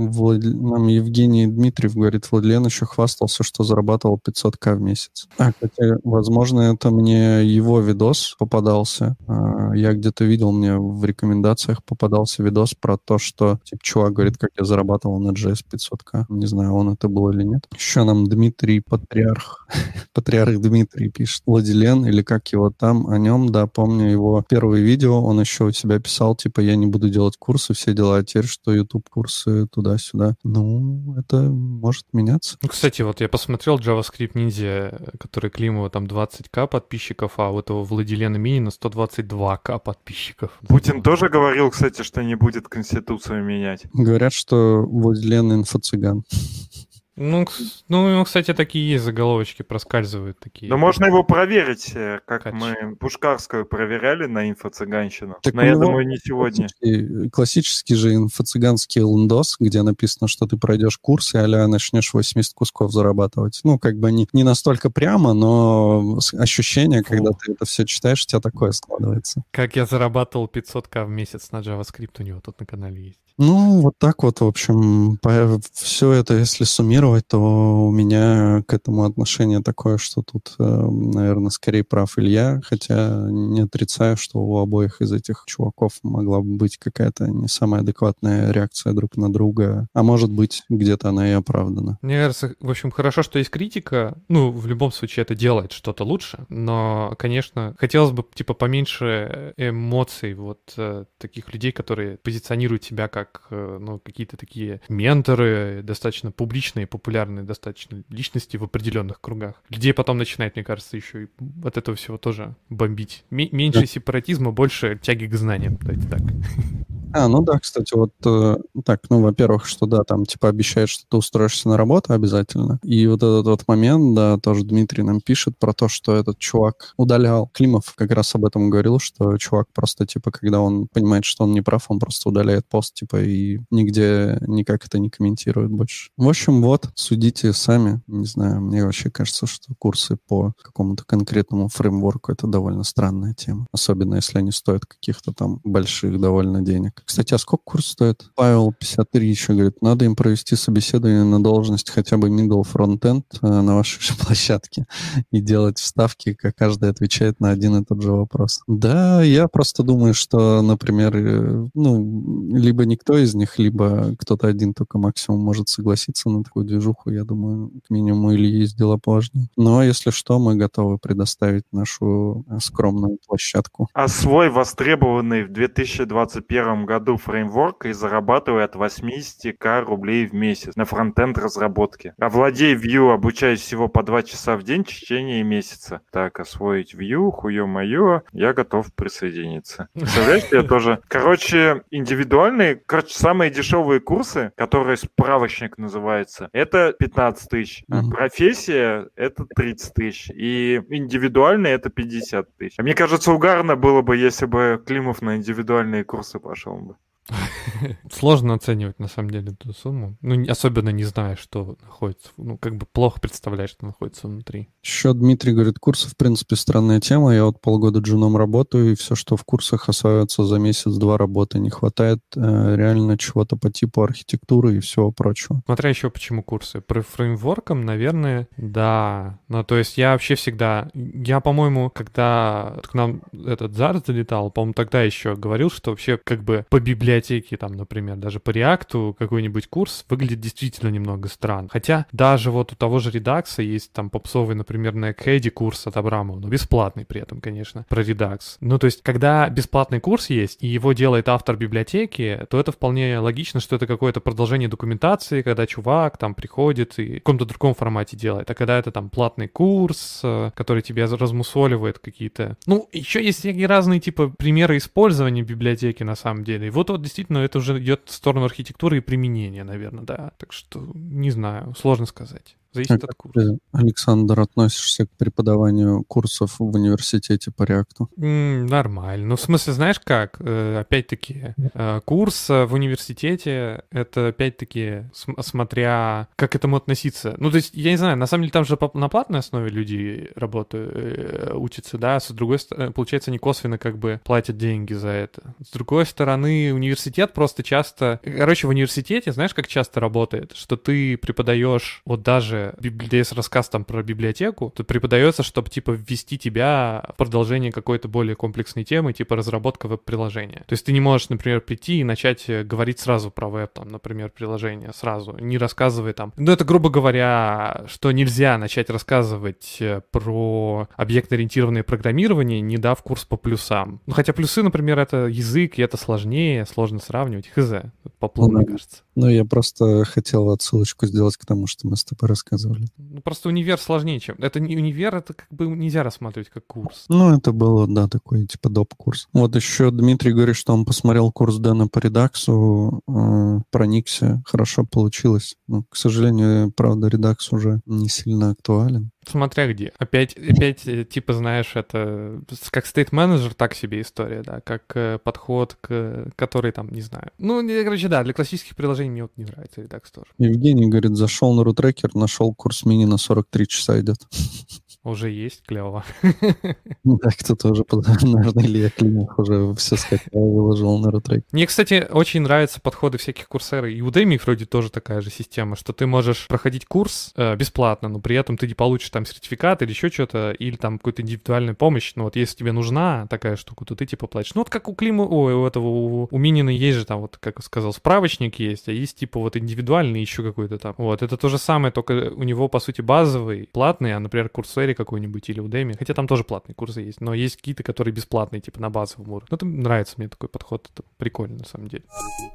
нам Евгений Дмитриев говорит, Владлен еще хвастался, что зарабатывал 500к в месяц. Кстати, возможно, это мне его видос попадался. Я где-то видел, мне в рекомендациях попадался видос про то, что типа чувак говорит, как я зарабатывал на JS 500к. Не знаю, он это был или нет. Еще нам Дмитрий Патриарх. Патриарх Дмитрий пишет. Владилен, или как его там, о нем, да, помню его первое видео, он еще у себя писал, типа, я не буду делать курсы, все дела, а теперь что, YouTube-курсы туда-сюда. Ну, это может меняться. Ну, кстати, вот я посмотрел JavaScript Ninja, который Климова там 20к подписчиков, а у этого Владилена Минина 122к подписчиков. Путин тоже говорил, кстати, что не будет Конституцию менять. Говорят, что Владилен инфо-цыган. Ну, кстати, такие есть заголовочки, проскальзывают такие. Но можно его проверить, как Кач. мы Пушкарскую проверяли на инфо-цыганщину. Так но я думаю, не сегодня. Классический же инфо-цыганский лундос, где написано, что ты пройдешь курс и а-ля начнешь 80 кусков зарабатывать. Ну, как бы не настолько прямо, но ощущение, когда ты это все читаешь, у тебя такое складывается. Как я зарабатывал 500к в месяц на JavaScript, у него тут на канале есть. Ну, вот так вот, в общем, все это, если суммировать, то у меня к этому отношение такое, что тут, наверное, скорее прав Илья, хотя не отрицаю, что у обоих из этих чуваков могла бы быть какая-то не самая адекватная реакция друг на друга, а может быть, где-то она и оправдана. Мне кажется, в общем, хорошо, что есть критика, ну, в любом случае это делает что-то лучше, но, конечно, хотелось бы, типа, поменьше эмоций вот таких людей, которые позиционируют себя как ну, какие-то такие менторы, достаточно публичные, популярные достаточно личности в определенных кругах. Людей потом начинает, мне кажется, еще и от этого всего тоже бомбить. Меньше сепаратизма, больше тяги к знаниям, давайте так. Ну да, кстати, вот так, ну, во-первых, что да, там типа обещают, что ты устроишься на работу обязательно. И вот этот вот момент, да, тоже Дмитрий нам пишет про то, что этот чувак удалял. Климов как раз об этом говорил, что чувак просто, типа, когда он понимает, что он не прав, он просто удаляет пост, типа, и нигде никак это не комментирует больше. В общем, вот, судите сами. Не знаю, мне вообще кажется, что курсы по какому-то конкретному фреймворку — это довольно странная тема. Особенно, если они стоят каких-то там больших довольно денег. Кстати, а сколько курс стоит? Павел 53 еще говорит, надо им провести собеседование на должность хотя бы middle front-end на вашей же площадке и делать вставки, как каждый отвечает на один и тот же вопрос. Да, я просто думаю, что, например, ну, либо никто из них, либо кто-то один только максимум может согласиться на такую движуху. Я думаю, к минимуму или есть дела поважнее. Но, если что, мы готовы предоставить нашу скромную площадку. А свой востребованный в 2021 году фреймворк и зарабатываю от 80к рублей в месяц на фронтенд разработке. Овладей Vue, обучаюсь всего по 2 часа в день в течение месяца. Так, освоить Vue, хуё-моё, я готов присоединиться. Представляешь, я тоже... Короче, индивидуальные, самые дешевые курсы, которые справочник называется, это 15 тысяч. Профессия — это 30 тысяч. И индивидуальные — это 50 тысяч. Мне кажется, угарно было бы, если бы Климов на индивидуальные курсы пошел бы. Сложно оценивать, на самом деле, эту сумму. Ну, особенно не зная, что находится. Ну, как бы плохо представляешь, что находится внутри. Еще Дмитрий говорит, курсы, в принципе, странная тема. Я вот полгода джуном работаю, и все, что в курсах осваивается за месяц-два работы. Не хватает реально чего-то по типу архитектуры и всего прочего. Смотря еще почему курсы. Про фреймворкам, наверное, да. Ну, то есть я вообще всегда... Я, по-моему, когда к нам этот Зар залетал, по-моему, тогда еще говорил, что вообще как бы по библиотеке, там, например, даже по React какой-нибудь курс выглядит действительно немного странно. Хотя даже вот у того же Redux есть там попсовый, например, на Экхеде курс от Абрамова, но бесплатный при этом, конечно, про Redux. Ну, то есть, когда бесплатный курс есть, и его делает автор библиотеки, то это вполне логично, что это какое-то продолжение документации, когда чувак там приходит и в каком-то другом формате делает. А когда это там платный курс, который тебе размусоливает какие-то... Ну, еще есть всякие разные типа примеры использования библиотеки на самом деле. И вот действительно это уже идет в сторону архитектуры и применения, наверное, да. Так что не знаю, сложно сказать. Зависит от курса. Ты, Александр, относишься к преподаванию курсов в университете по React? Нормально. Ну, в смысле, знаешь как? Опять-таки, курс в университете — это, опять-таки, смотря как к этому относиться. Ну, то есть, я не знаю, на самом деле там же на платной основе люди работают, учатся, да, с другой стороны, получается, они косвенно как бы платят деньги за это. С другой стороны, университет просто часто... Короче, в университете, знаешь, как часто работает? Что ты преподаешь вот даже есть рассказ там про библиотеку, то преподается, чтобы, типа, ввести тебя в продолжение какой-то более комплексной темы, типа разработка веб-приложения. То есть ты не можешь, например, прийти и начать говорить сразу про веб, там, например, приложение сразу, не рассказывая там... Ну, это, грубо говоря, что нельзя начать рассказывать про объектно-ориентированное программирование, не дав курс по плюсам. Ну, хотя плюсы, например, это язык, и это сложнее, сложно сравнивать. Хз, поплыл, мне кажется. Ну, я просто хотел отсылочку сделать к тому, что мы с тобой рассказывали. Ну, просто универ сложнее, чем... Это не универ, это как бы нельзя рассматривать как курс. Ну, это было, да, такой типа доп-курс. Вот еще Дмитрий говорит, что он посмотрел курс Дэна по Redux, проникся, хорошо получилось. Но, к сожалению, правда, Redux уже не сильно актуален. Смотря где. Опять, типа, знаешь, это как стейт-менеджер, так себе история, да, как подход, который там, не знаю. Ну, короче, да, для классических приложений мне вот не нравится Redux тоже. Евгений говорит, зашел на RuTracker, нашел курс мини на 43 часа идет. Уже есть, клево. Да, кто-то уже, наверное, Илья Климов уже все скачал и выложил на RuTracker. Мне, кстати, очень нравятся подходы всяких курсеров. И у Udemy вроде тоже такая же система, что ты можешь проходить курс бесплатно, но при этом ты не получишь там сертификат или еще что-то, или там какую-то индивидуальную помощь. Но вот если тебе нужна такая штука, то ты типа платишь. Ну вот как у у Минина есть же там, вот как сказал, справочник есть, а есть типа вот индивидуальный еще какой-то там. Вот, это то же самое, только у него, по сути, базовый, платный, а, например, Coursera какой-нибудь или Udemy, хотя там тоже платные курсы есть, но есть какие-то, которые бесплатные, типа на базовом уровне. Ну, это нравится мне такой подход, это прикольно на самом деле.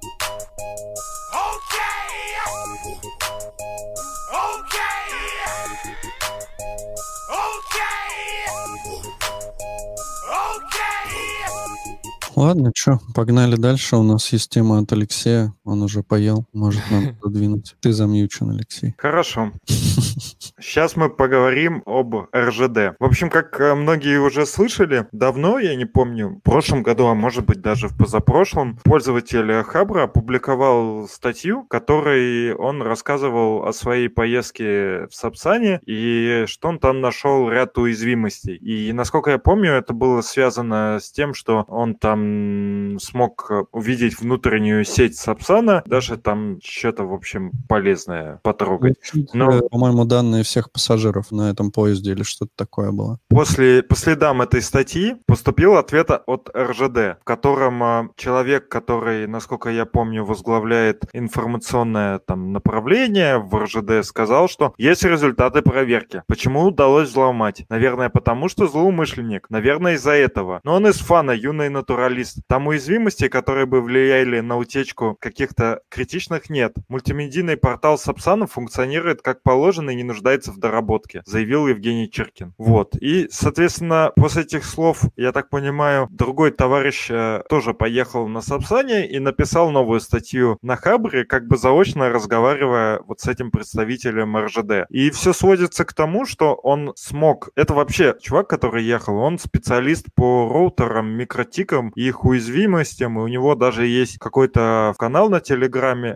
Ладно, что, погнали дальше. У нас есть тема от Алексея. Он уже поел, может нам задвинуть. Ты замьючен, Алексей. Хорошо. Сейчас мы поговорим об РЖД. В общем, как многие уже слышали, давно, я не помню, в прошлом году, а может быть даже в позапрошлом, пользователь Хабра опубликовал статью, в которой он рассказывал о своей поездке в Сапсане и что он там нашел ряд уязвимостей. И, насколько я помню, это было связано с тем, что он там смог увидеть внутреннюю сеть Сапсана, даже там что-то, в общем, полезное потрогать. Но, по-моему, данные всех пассажиров на этом поезде или что-то такое было. По следам этой статьи поступил ответ от РЖД, в котором человек, который, насколько я помню, возглавляет информационное там направление в РЖД, сказал, что есть результаты проверки. Почему удалось взломать? Наверное, потому что злоумышленник. Наверное, из-за этого. Но он из фана, юный натуралист. Там уязвимостей, которые бы влияли на утечку каких-то критичных, нет. Мультимедийный портал Сапсана функционирует как положено и не нуждается в доработке, заявил Евгений Чиркин. Вот. И, соответственно, после этих слов, я так понимаю, другой товарищ тоже поехал на Сапсане и написал новую статью на Хабре, как бы заочно разговаривая вот с этим представителем РЖД. И все сводится к тому, что он смог... Это вообще чувак, который ехал, он специалист по роутерам, микротикам их уязвимостям, и у него даже есть какой-то канал в Телеграме,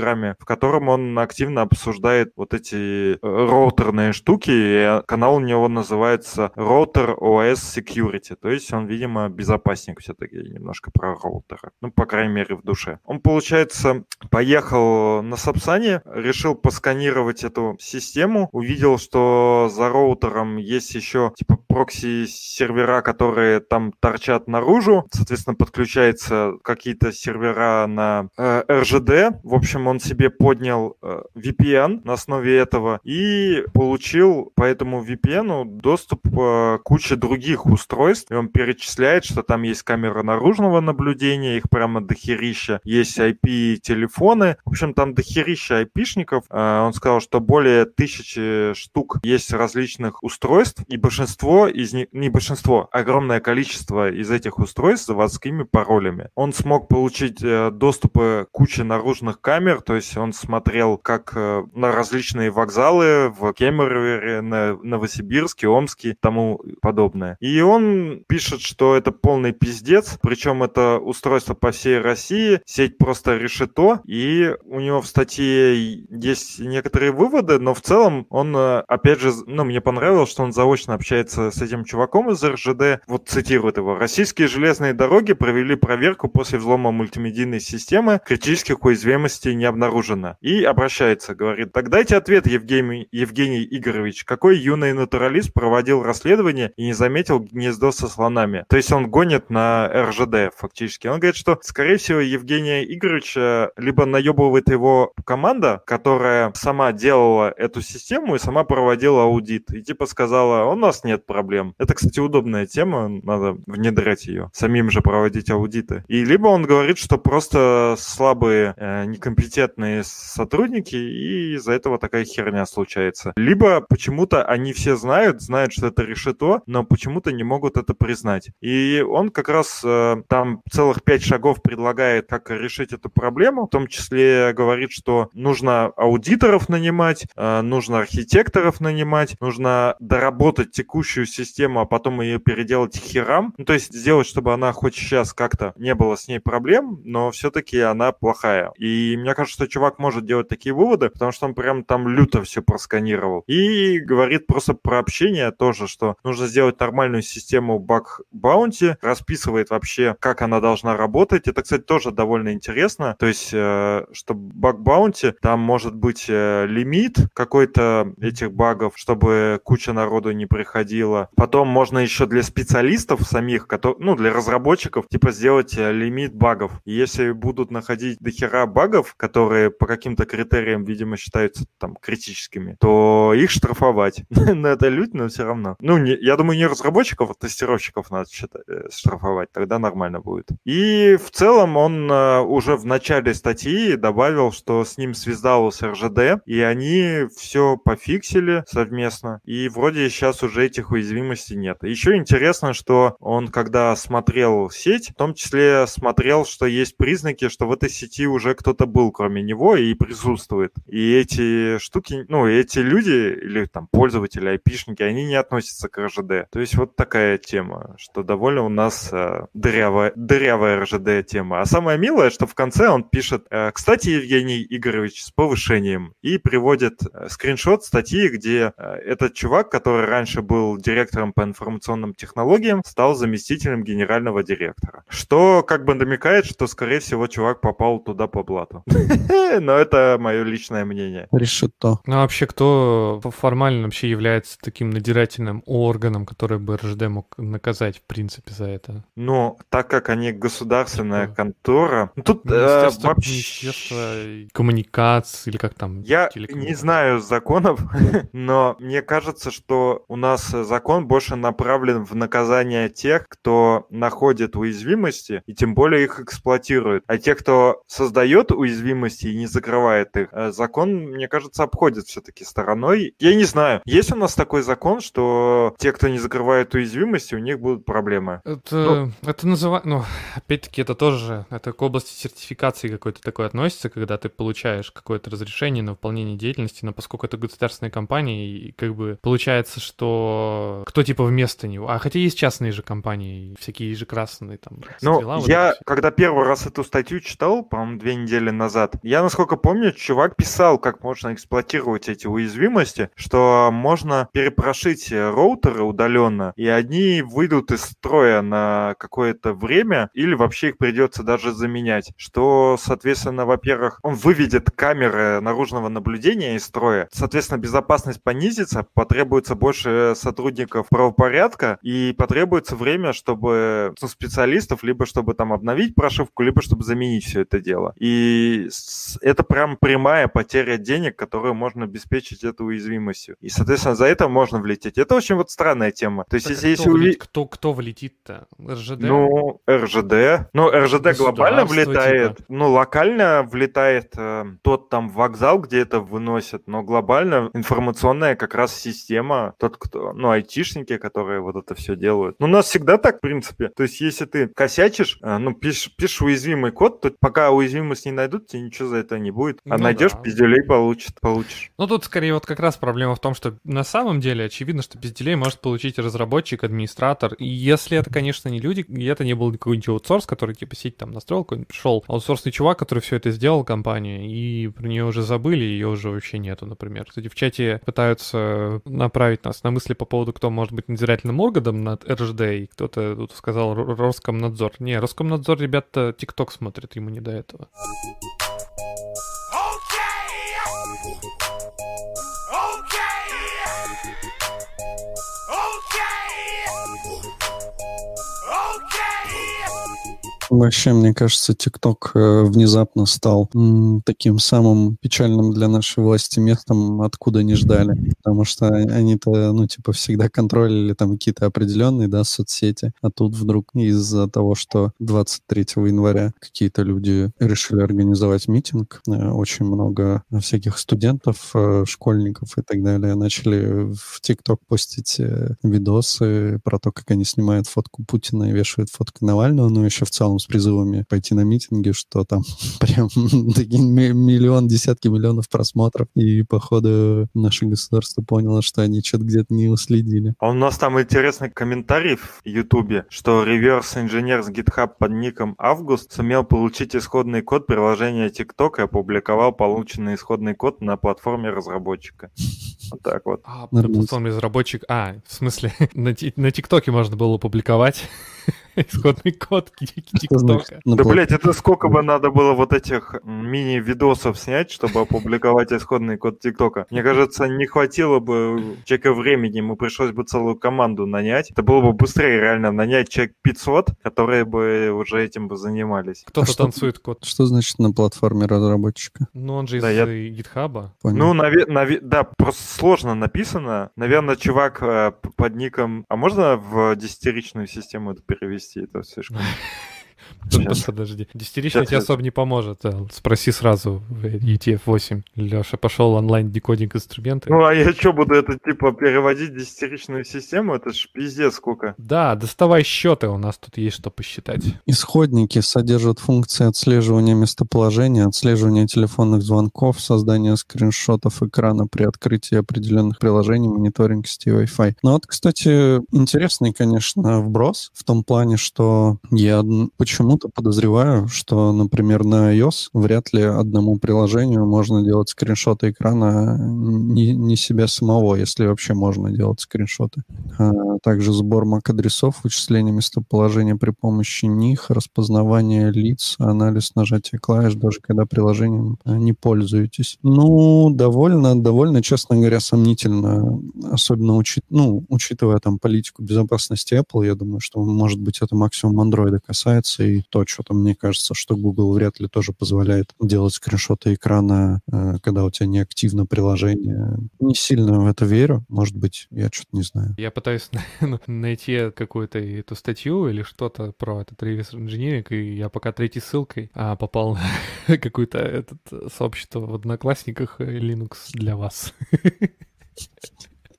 в котором он активно обсуждает вот эти роутерные штуки, и канал у него называется Router OS Security, то есть он, видимо, безопасник все-таки немножко про роутеры, ну, по крайней мере, в душе. Он, получается, поехал на Сапсане, решил посканировать эту систему, увидел, что за роутером есть еще типа прокси-сервера, которые там торчат наружу, соответственно, подключаются какие-то сервера на RGD. В общем, он себе поднял VPN на основе этого и получил по этому VPN доступ к куче других устройств. И он перечисляет, что там есть камера наружного наблюдения, их прямо дохерища, есть IP-телефоны. В общем, там дохерища айпишников. Он сказал, что более 1000 штук есть различных устройств, и большинство из них, не большинство, огромное количество из этих устройств с заводскими паролями. Он смог получить доступ к куче наружных камер, то есть он смотрел как на различные вокзалы в Кемерово, на Новосибирске, Омске и тому подобное. И он пишет, что это полный пиздец, причем это устройство по всей России, сеть просто решето, и у него в статье есть некоторые выводы, но в целом он, опять же, мне понравилось, что он заочно общается с этим чуваком из РЖД, вот цитирует его: «Российские железные дороги провели проверку после взлома мультимедийной системы, критических уязвимостей не обнаружено». И обращается, говорит: «Так дайте ответ, Евгений Игоревич, какой юный натуралист проводил расследование и не заметил гнездо со слонами?» То есть он гонит на РЖД фактически. Он говорит, что, скорее всего, Евгения Игоревича либо наебывает его команда, которая сама делала эту систему и сама проводила аудит. И типа сказала: у нас нет проблем. Это, кстати, удобная тема, надо внедрять ее, самим же проводить аудиты. И либо он говорит, что просто слабые, некомпетентные сотрудники, и из-за этого такая херня случается. Либо почему-то они все знают, что это решето, но почему-то не могут это признать. И он как раз там целых 5 шагов предлагает, как решить эту проблему, в том числе говорит, что нужно аудиторов нанимать, нужно архитекторов нанимать, нужно доработать текущую систему, а потом ее переделать к херам. Ну, то есть сделать, чтобы она хоть сейчас как-то не было с ней проблем, но все-таки она плохая. И мне кажется, что чувак может делать такие выводы, потому что он прям там люто все просканировал. И говорит просто про общение тоже, что нужно сделать нормальную систему баг-баунти, расписывает вообще, как она должна работать. Это, кстати, тоже довольно интересно. То есть, что баг-баунти, там может быть лимит какой-то этих багов, чтобы куча народу не приходила. Потом можно еще для специалистов самих, для разработчиков, типа сделать лимит багов. И если будут находить дохера багов, которые по каким-то критериям, видимо, считаются там критическими, то их штрафовать. Но это лють, но все равно. Я думаю, не разработчиков, а тестировщиков надо штрафовать, тогда нормально будет. И в целом он уже в начале статьи добавил, что с ним связалось РЖД, и они все пофиксили совместно, и вроде сейчас уже этих уязвимостей нет. Еще интересно, что он, когда смотрел сеть, в том числе смотрел, что есть признаки, что в этой сети уже кто-то был, кроме него, и присутствует. И эти штуки, эти люди, или там пользователи, айпишники, они не относятся к РЖД. То есть вот такая тема, что довольно у нас дырявая РЖД тема. А самое милое, что в конце он пишет: «Кстати, Евгений Игоревич, с повышением», и приводит скриншот статьи, где этот чувак, который раньше был директором по информационным технологиям, стал заместителем генерального директора. Что как бы намекает, что, скорее всего, чувак попал туда по блату. Но это мое личное мнение. Решето. Ну, а вообще, кто формально вообще является таким надзирательным органом, который бы РЖД мог наказать, в принципе, за это? Так как они государственная контора... Тут Министерство коммуникаций, или как там? Я не знаю законов, но мне кажется, что у нас закон больше направлен в наказание тех, кто находит уязвимости, и тем более их эксплуатирует. А те, кто создает уязвимости и не закрывает их, закон, мне кажется, обходит все-таки стороной. Я не знаю, есть у нас такой закон, что те, кто не закрывает уязвимости, у них будут проблемы? Это называется... опять-таки, это тоже... Это к области сертификации какой-то такой относится, когда ты получаешь какое-то разрешение на выполнение деятельности, но поскольку это государственная компания, и как бы получается, что кто типа вместо него. А хотя есть частные же компании, всякие же красные там. Ну, Стрела, вот я, это всё. когда первый раз эту статью читал, по-моему, 2 недели назад, я, насколько помню, чувак писал, как можно эксплуатировать эти уязвимости, что можно перепрошить роутеры удаленно, и они выйдут из строя на какое-то время, или вообще их придется даже заменять. Что, соответственно, во-первых, он выведет камеры наружного наблюдения из строя, соответственно, безопасность понизится, потребуется больше сотрудников правопорядка, и потребуется время, чтобы специалистов, либо чтобы там обновить прошивку, либо чтобы заменить все это дело. И это прям прямая потеря денег, которую можно обеспечить этой уязвимостью. И, соответственно, за это можно влететь. Это очень вот странная тема. То есть, Так, если кто влетит-то? РЖД? Ну, РЖД. Ну, РЖД глобально Государство, влетает. типа. Ну, локально влетает тот там вокзал, где это выносят. Но глобально информационная как раз система, тот, кто, ну, айтишники, которые вот это все делают. Ну, у нас всегда так, в принципе. То есть, если ты косячишь, ну, пишешь уязвимый код, то пока уязвимость не найдут, тебе ничего за это не будет. А Ну найдешь, да. пизделей получишь. Ну, тут скорее вот как раз проблема в том, что на самом деле очевидно, что без делей может получить разработчик, администратор. И если это, конечно, не люди, и это не был какой-нибудь аутсорс, который типа сеть там настроил, какой-нибудь пришел аутсорсный чувак, который все это сделал, компания, и про нее уже забыли, ее уже вообще нету, например. Кстати, в чате пытаются направить нас на мысли по поводу, кто может быть надзирательным органом над РЖД, и кто-то тут сказал Роскомнадзор. Не, Роскомнадзор, ребята, ТикТок смотрят, ему не до этого. Вообще, мне кажется, ТикТок внезапно стал таким самым печальным для нашей власти местом, откуда не ждали. Потому что они-то, ну, типа, всегда контролили там какие-то определенные, да, соцсети. А тут вдруг из-за того, что 23 января какие-то люди решили организовать митинг, очень много всяких студентов, школьников и так далее начали в ТикТок постить видосы про то, как они снимают фотку Путина и вешают фотку Навального, но еще в целом с призывами пойти на митинги, что там прям такие десятки миллионов просмотров. И, походу, наше государство поняло, что они что-то где-то не уследили. А у нас там интересный комментарий в Ютубе, что реверс-инженер с GitHub под ником Август сумел получить исходный код приложения TikTok и опубликовал полученный исходный код на платформе разработчика. Вот так вот. На платформе разработчик... в смысле, на ТикТоке можно было публиковать исходный код ТикТока. Да, блять, это сколько бы надо было вот этих мини-видосов снять, чтобы опубликовать исходный код ТикТока? Мне кажется, не хватило бы человека времени, ему пришлось бы целую команду нанять. Это было бы быстрее реально нанять человек 500, которые бы уже этим бы занимались. Кто-то танцует код. Что значит на платформе разработчика? Ну, он же из GitHub. Ну, да, просто сложно написано. Наверное, чувак под ником... А можно в десятиричную систему это перевести? Это слишком... Подожди. Десятиричный тебе особо не поможет. Спроси сразу в ETF8. Леша пошел онлайн-декодинг инструменты. Ну, а я что, буду это, типа, переводить в десятиричную систему? Это ж пиздец сколько. Да, доставай счеты, у нас тут есть что посчитать. Исходники содержат функции отслеживания местоположения, отслеживания телефонных звонков, создания скриншотов экрана при открытии определенных приложений, мониторинг сети Wi-Fi. Ну вот, кстати, интересный, конечно, вброс в том плане, что я почему-то подозреваю, что, например, на iOS вряд ли одному приложению можно делать скриншоты экрана не себя самого, если вообще можно делать скриншоты. Также сбор MAC-адресов, вычисление местоположения при помощи них, распознавание лиц, анализ нажатия клавиш, даже когда приложением не пользуетесь. Ну, довольно, честно говоря, сомнительно, особенно учитывая там политику безопасности Apple, я думаю, что, может быть, это максимум Android касается, и то, что-то мне кажется, что Google вряд ли тоже позволяет делать скриншоты экрана, когда у тебя не активно приложение. Не сильно в это верю. Может быть, я что-то не знаю. Я пытаюсь найти какую-то эту статью или что-то про этот реверс-инжиниринг, и я пока третьей ссылкой попал на какое-то сообщество в Одноклассниках Linux для вас.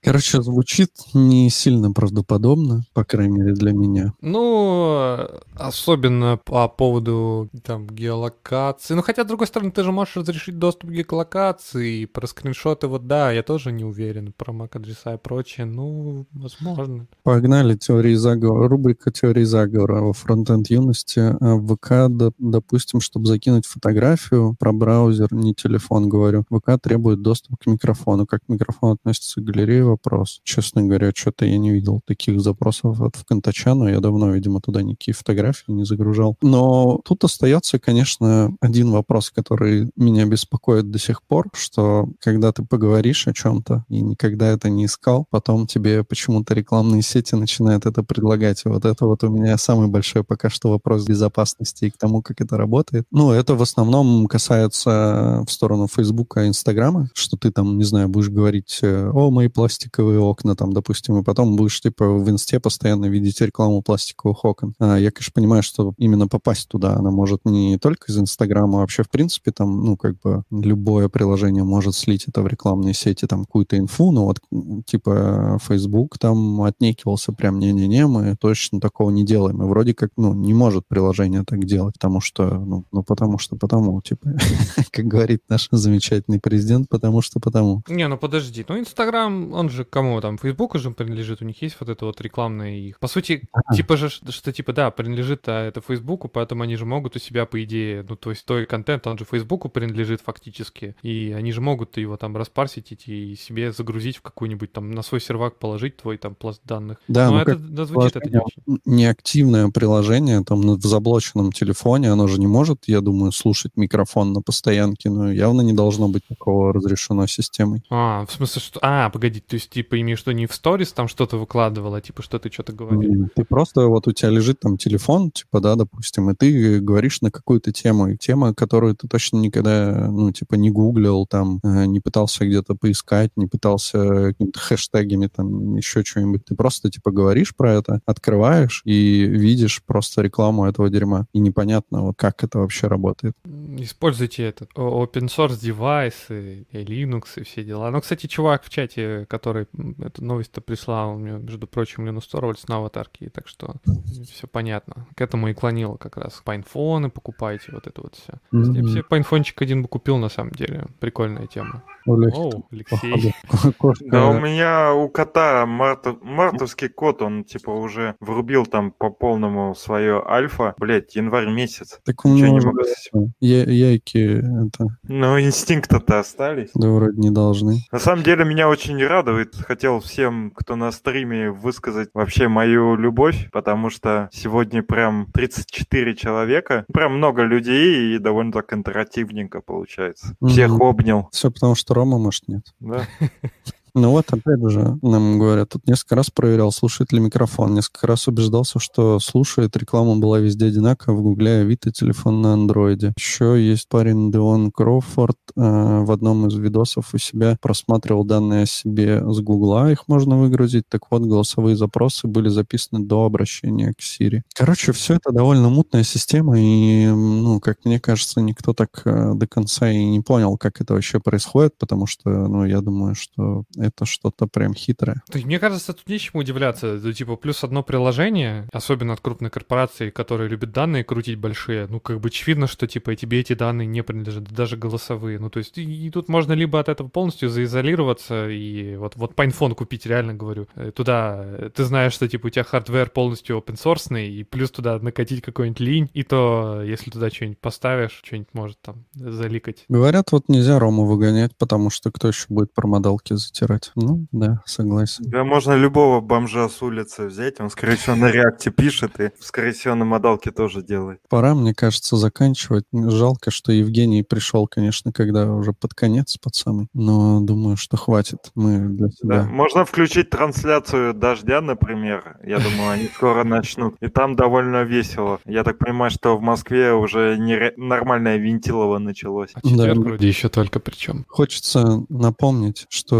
Короче, звучит не сильно правдоподобно, по крайней мере для меня. Ну, особенно по поводу там геолокации. Ну, хотя, с другой стороны, ты же можешь разрешить доступ к геолокации, и про скриншоты, вот да, я тоже не уверен, про MAC-адреса и прочее, ну, возможно. Погнали теории заговора. Рубрика теории заговора во фронтенд юности. В ВК, допустим, чтобы закинуть фотографию про браузер, не телефон, говорю, ВК требует доступ к микрофону. Как микрофон относится к галерее? Вопрос. Честно говоря, что-то я не видел таких запросов от ВКонтача, но я давно, видимо, туда никакие фотографии не загружал. Но тут остается, конечно, один вопрос, который меня беспокоит до сих пор, что когда ты поговоришь о чем-то и никогда это не искал, потом тебе почему-то рекламные сети начинают это предлагать. И вот это вот у меня самый большой пока что вопрос безопасности и к тому, как это работает. Ну, это в основном касается в сторону Фейсбука и Инстаграма, что ты там, не знаю, будешь говорить: о, мои пластиковые окна, там, допустим, и потом будешь, типа, в Инсте постоянно видеть рекламу пластиковых окон. Я, конечно, понимаю, что именно попасть туда она может не только из Инстаграма, а вообще, в принципе, там, ну, как бы, любое приложение может слить это в рекламные сети, там, какую-то инфу, но вот, типа, Facebook там отнекивался прям: не-не-не, мы точно такого не делаем. И вроде как, ну, не может приложение так делать, потому что, потому, типа, как говорит наш замечательный президент, потому. Не, ну подожди, ну Инстаграм, он же кому там, Фейсбуку же принадлежит, у них есть вот это вот рекламное их. По сути, типа же, что типа, да, принадлежит это Фейсбуку, поэтому они же могут у себя, по идее, ну, то есть той контент, он же Фейсбуку принадлежит фактически, и они же могут его там распарсить и себе загрузить в какую-нибудь там, на свой сервак положить твой там пласт данных. Да, но ну это как да, звучит это не очень. неактивное приложение, там, в заблоченном телефоне, оно же не может, я думаю, слушать микрофон на постоянке, но явно не должно быть такого разрешено системой. В смысле, что... погоди, то есть, типа, имеешь что, не в сторис там что-то выкладывала, типа, что ты что-то говоришь? Ты просто, вот у тебя лежит там телефон, типа, да, допустим, и ты говоришь на какую-то тему, и тема, которую ты точно никогда, ну, типа, не гуглил, там, не пытался где-то поискать, не пытался какими-то хэштегами, там, еще что-нибудь. Ты просто, типа, говоришь про это, открываешь и видишь просто рекламу этого дерьма. И непонятно, вот как это вообще работает. Используйте этот open source девайсы, и Linux, и все дела. Ну, кстати, чувак в чате, который эту новость-то прислал, у меня, между прочим, Linux Torvalds на аватарке, так что все понятно. К этому и клонило как раз. Пайнфоны покупайте, вот это вот все. Я все пайнфончик один бы купил, на самом деле. Прикольная тема. Оу, Алексей. Да у меня у кота мартовский кот, он типа уже врубил там по полному свое альфа. Блять, январь месяц. Так у него яйки это... Ну, инстинкты-то остались. Да вроде не должны. На самом деле меня очень радует. Хотел всем, кто на стриме, высказать вообще мою любовь, потому что сегодня прям 34 человека. Прям много людей и довольно так интерактивненько получается. Всех обнял. Все потому, что Рома, может, нет. Да. Ну вот, опять же, нам говорят, тут несколько раз проверял, слушает ли микрофон. Несколько раз убеждался, что слушает. Реклама была везде одинаковая, в Гугле, Авито, телефон на Андроиде. Еще есть парень Деон Кроуфорд. В одном из видосов у себя просматривал данные о себе с Гугла. Их можно выгрузить. Так вот, голосовые запросы были записаны до обращения к Siri. Короче, все это довольно мутная система. И, ну, как мне кажется, никто так до конца и не понял, как это вообще происходит. Потому что, ну, я думаю, что это что-то прям хитрое. Мне кажется, тут нечему удивляться. Типа, плюс одно приложение, особенно от крупной корпорации, которые любят данные крутить большие, ну, как бы очевидно, что, типа, тебе эти данные не принадлежат, даже голосовые. Ну, то есть, и тут можно либо от этого полностью заизолироваться, и вот пайнфон купить, реально говорю. Туда ты знаешь, что, типа, у тебя хардвер полностью open-source, и плюс туда накатить какой-нибудь линь, и то, если туда что-нибудь поставишь, что-нибудь может там заликать. Говорят, вот нельзя Рому выгонять, потому что кто еще будет про модалки затирать? Ну, да, согласен. Да, можно любого бомжа с улицы взять, он, скорее всего, на реакте пишет, и, скорее всего, на модалке тоже делает. Пора, мне кажется, заканчивать. Жалко, что Евгений пришел, конечно, когда уже под конец, под самый. Но думаю, что хватит. Мы для себя... Да, можно включить трансляцию «Дождя», например. Я думаю, они скоро начнут. И там довольно весело. Я так понимаю, что в Москве уже нормальное Винтилово началось. А четверг вроде еще только причем. Хочется напомнить, что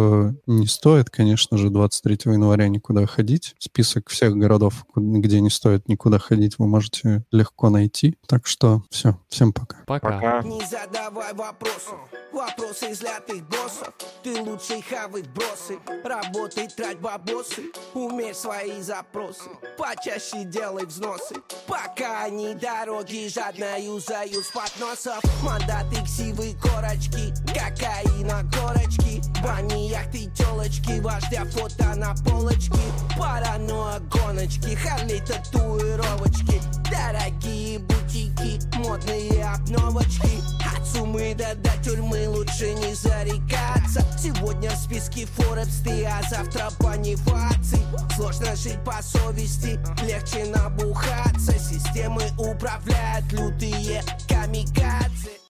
не стоит, конечно же, 23 января никуда ходить. Список всех городов, где не стоит никуда ходить, вы можете легко найти. Так что все, всем пока. Пока. Не задавай вопросы из лятых боссов. Ты лучший хавай вбросы, работай, трать бабосы, умерь свои запросы, почаще делай взносы. Пока они дороги жадно юзают с подносов. Мандаты, ксивы, корочки, кокаина, корочки, бани, яхты, телочки, вождя фото на полочке. Паранойя, гоночки, Харли, татуировочки, дорогие бутики, модные обновочки. От суммы до тюрьмы лучше не зарекаться. Сегодня в списке Forbes ты, а завтра бонифаций. Сложно жить по совести, легче на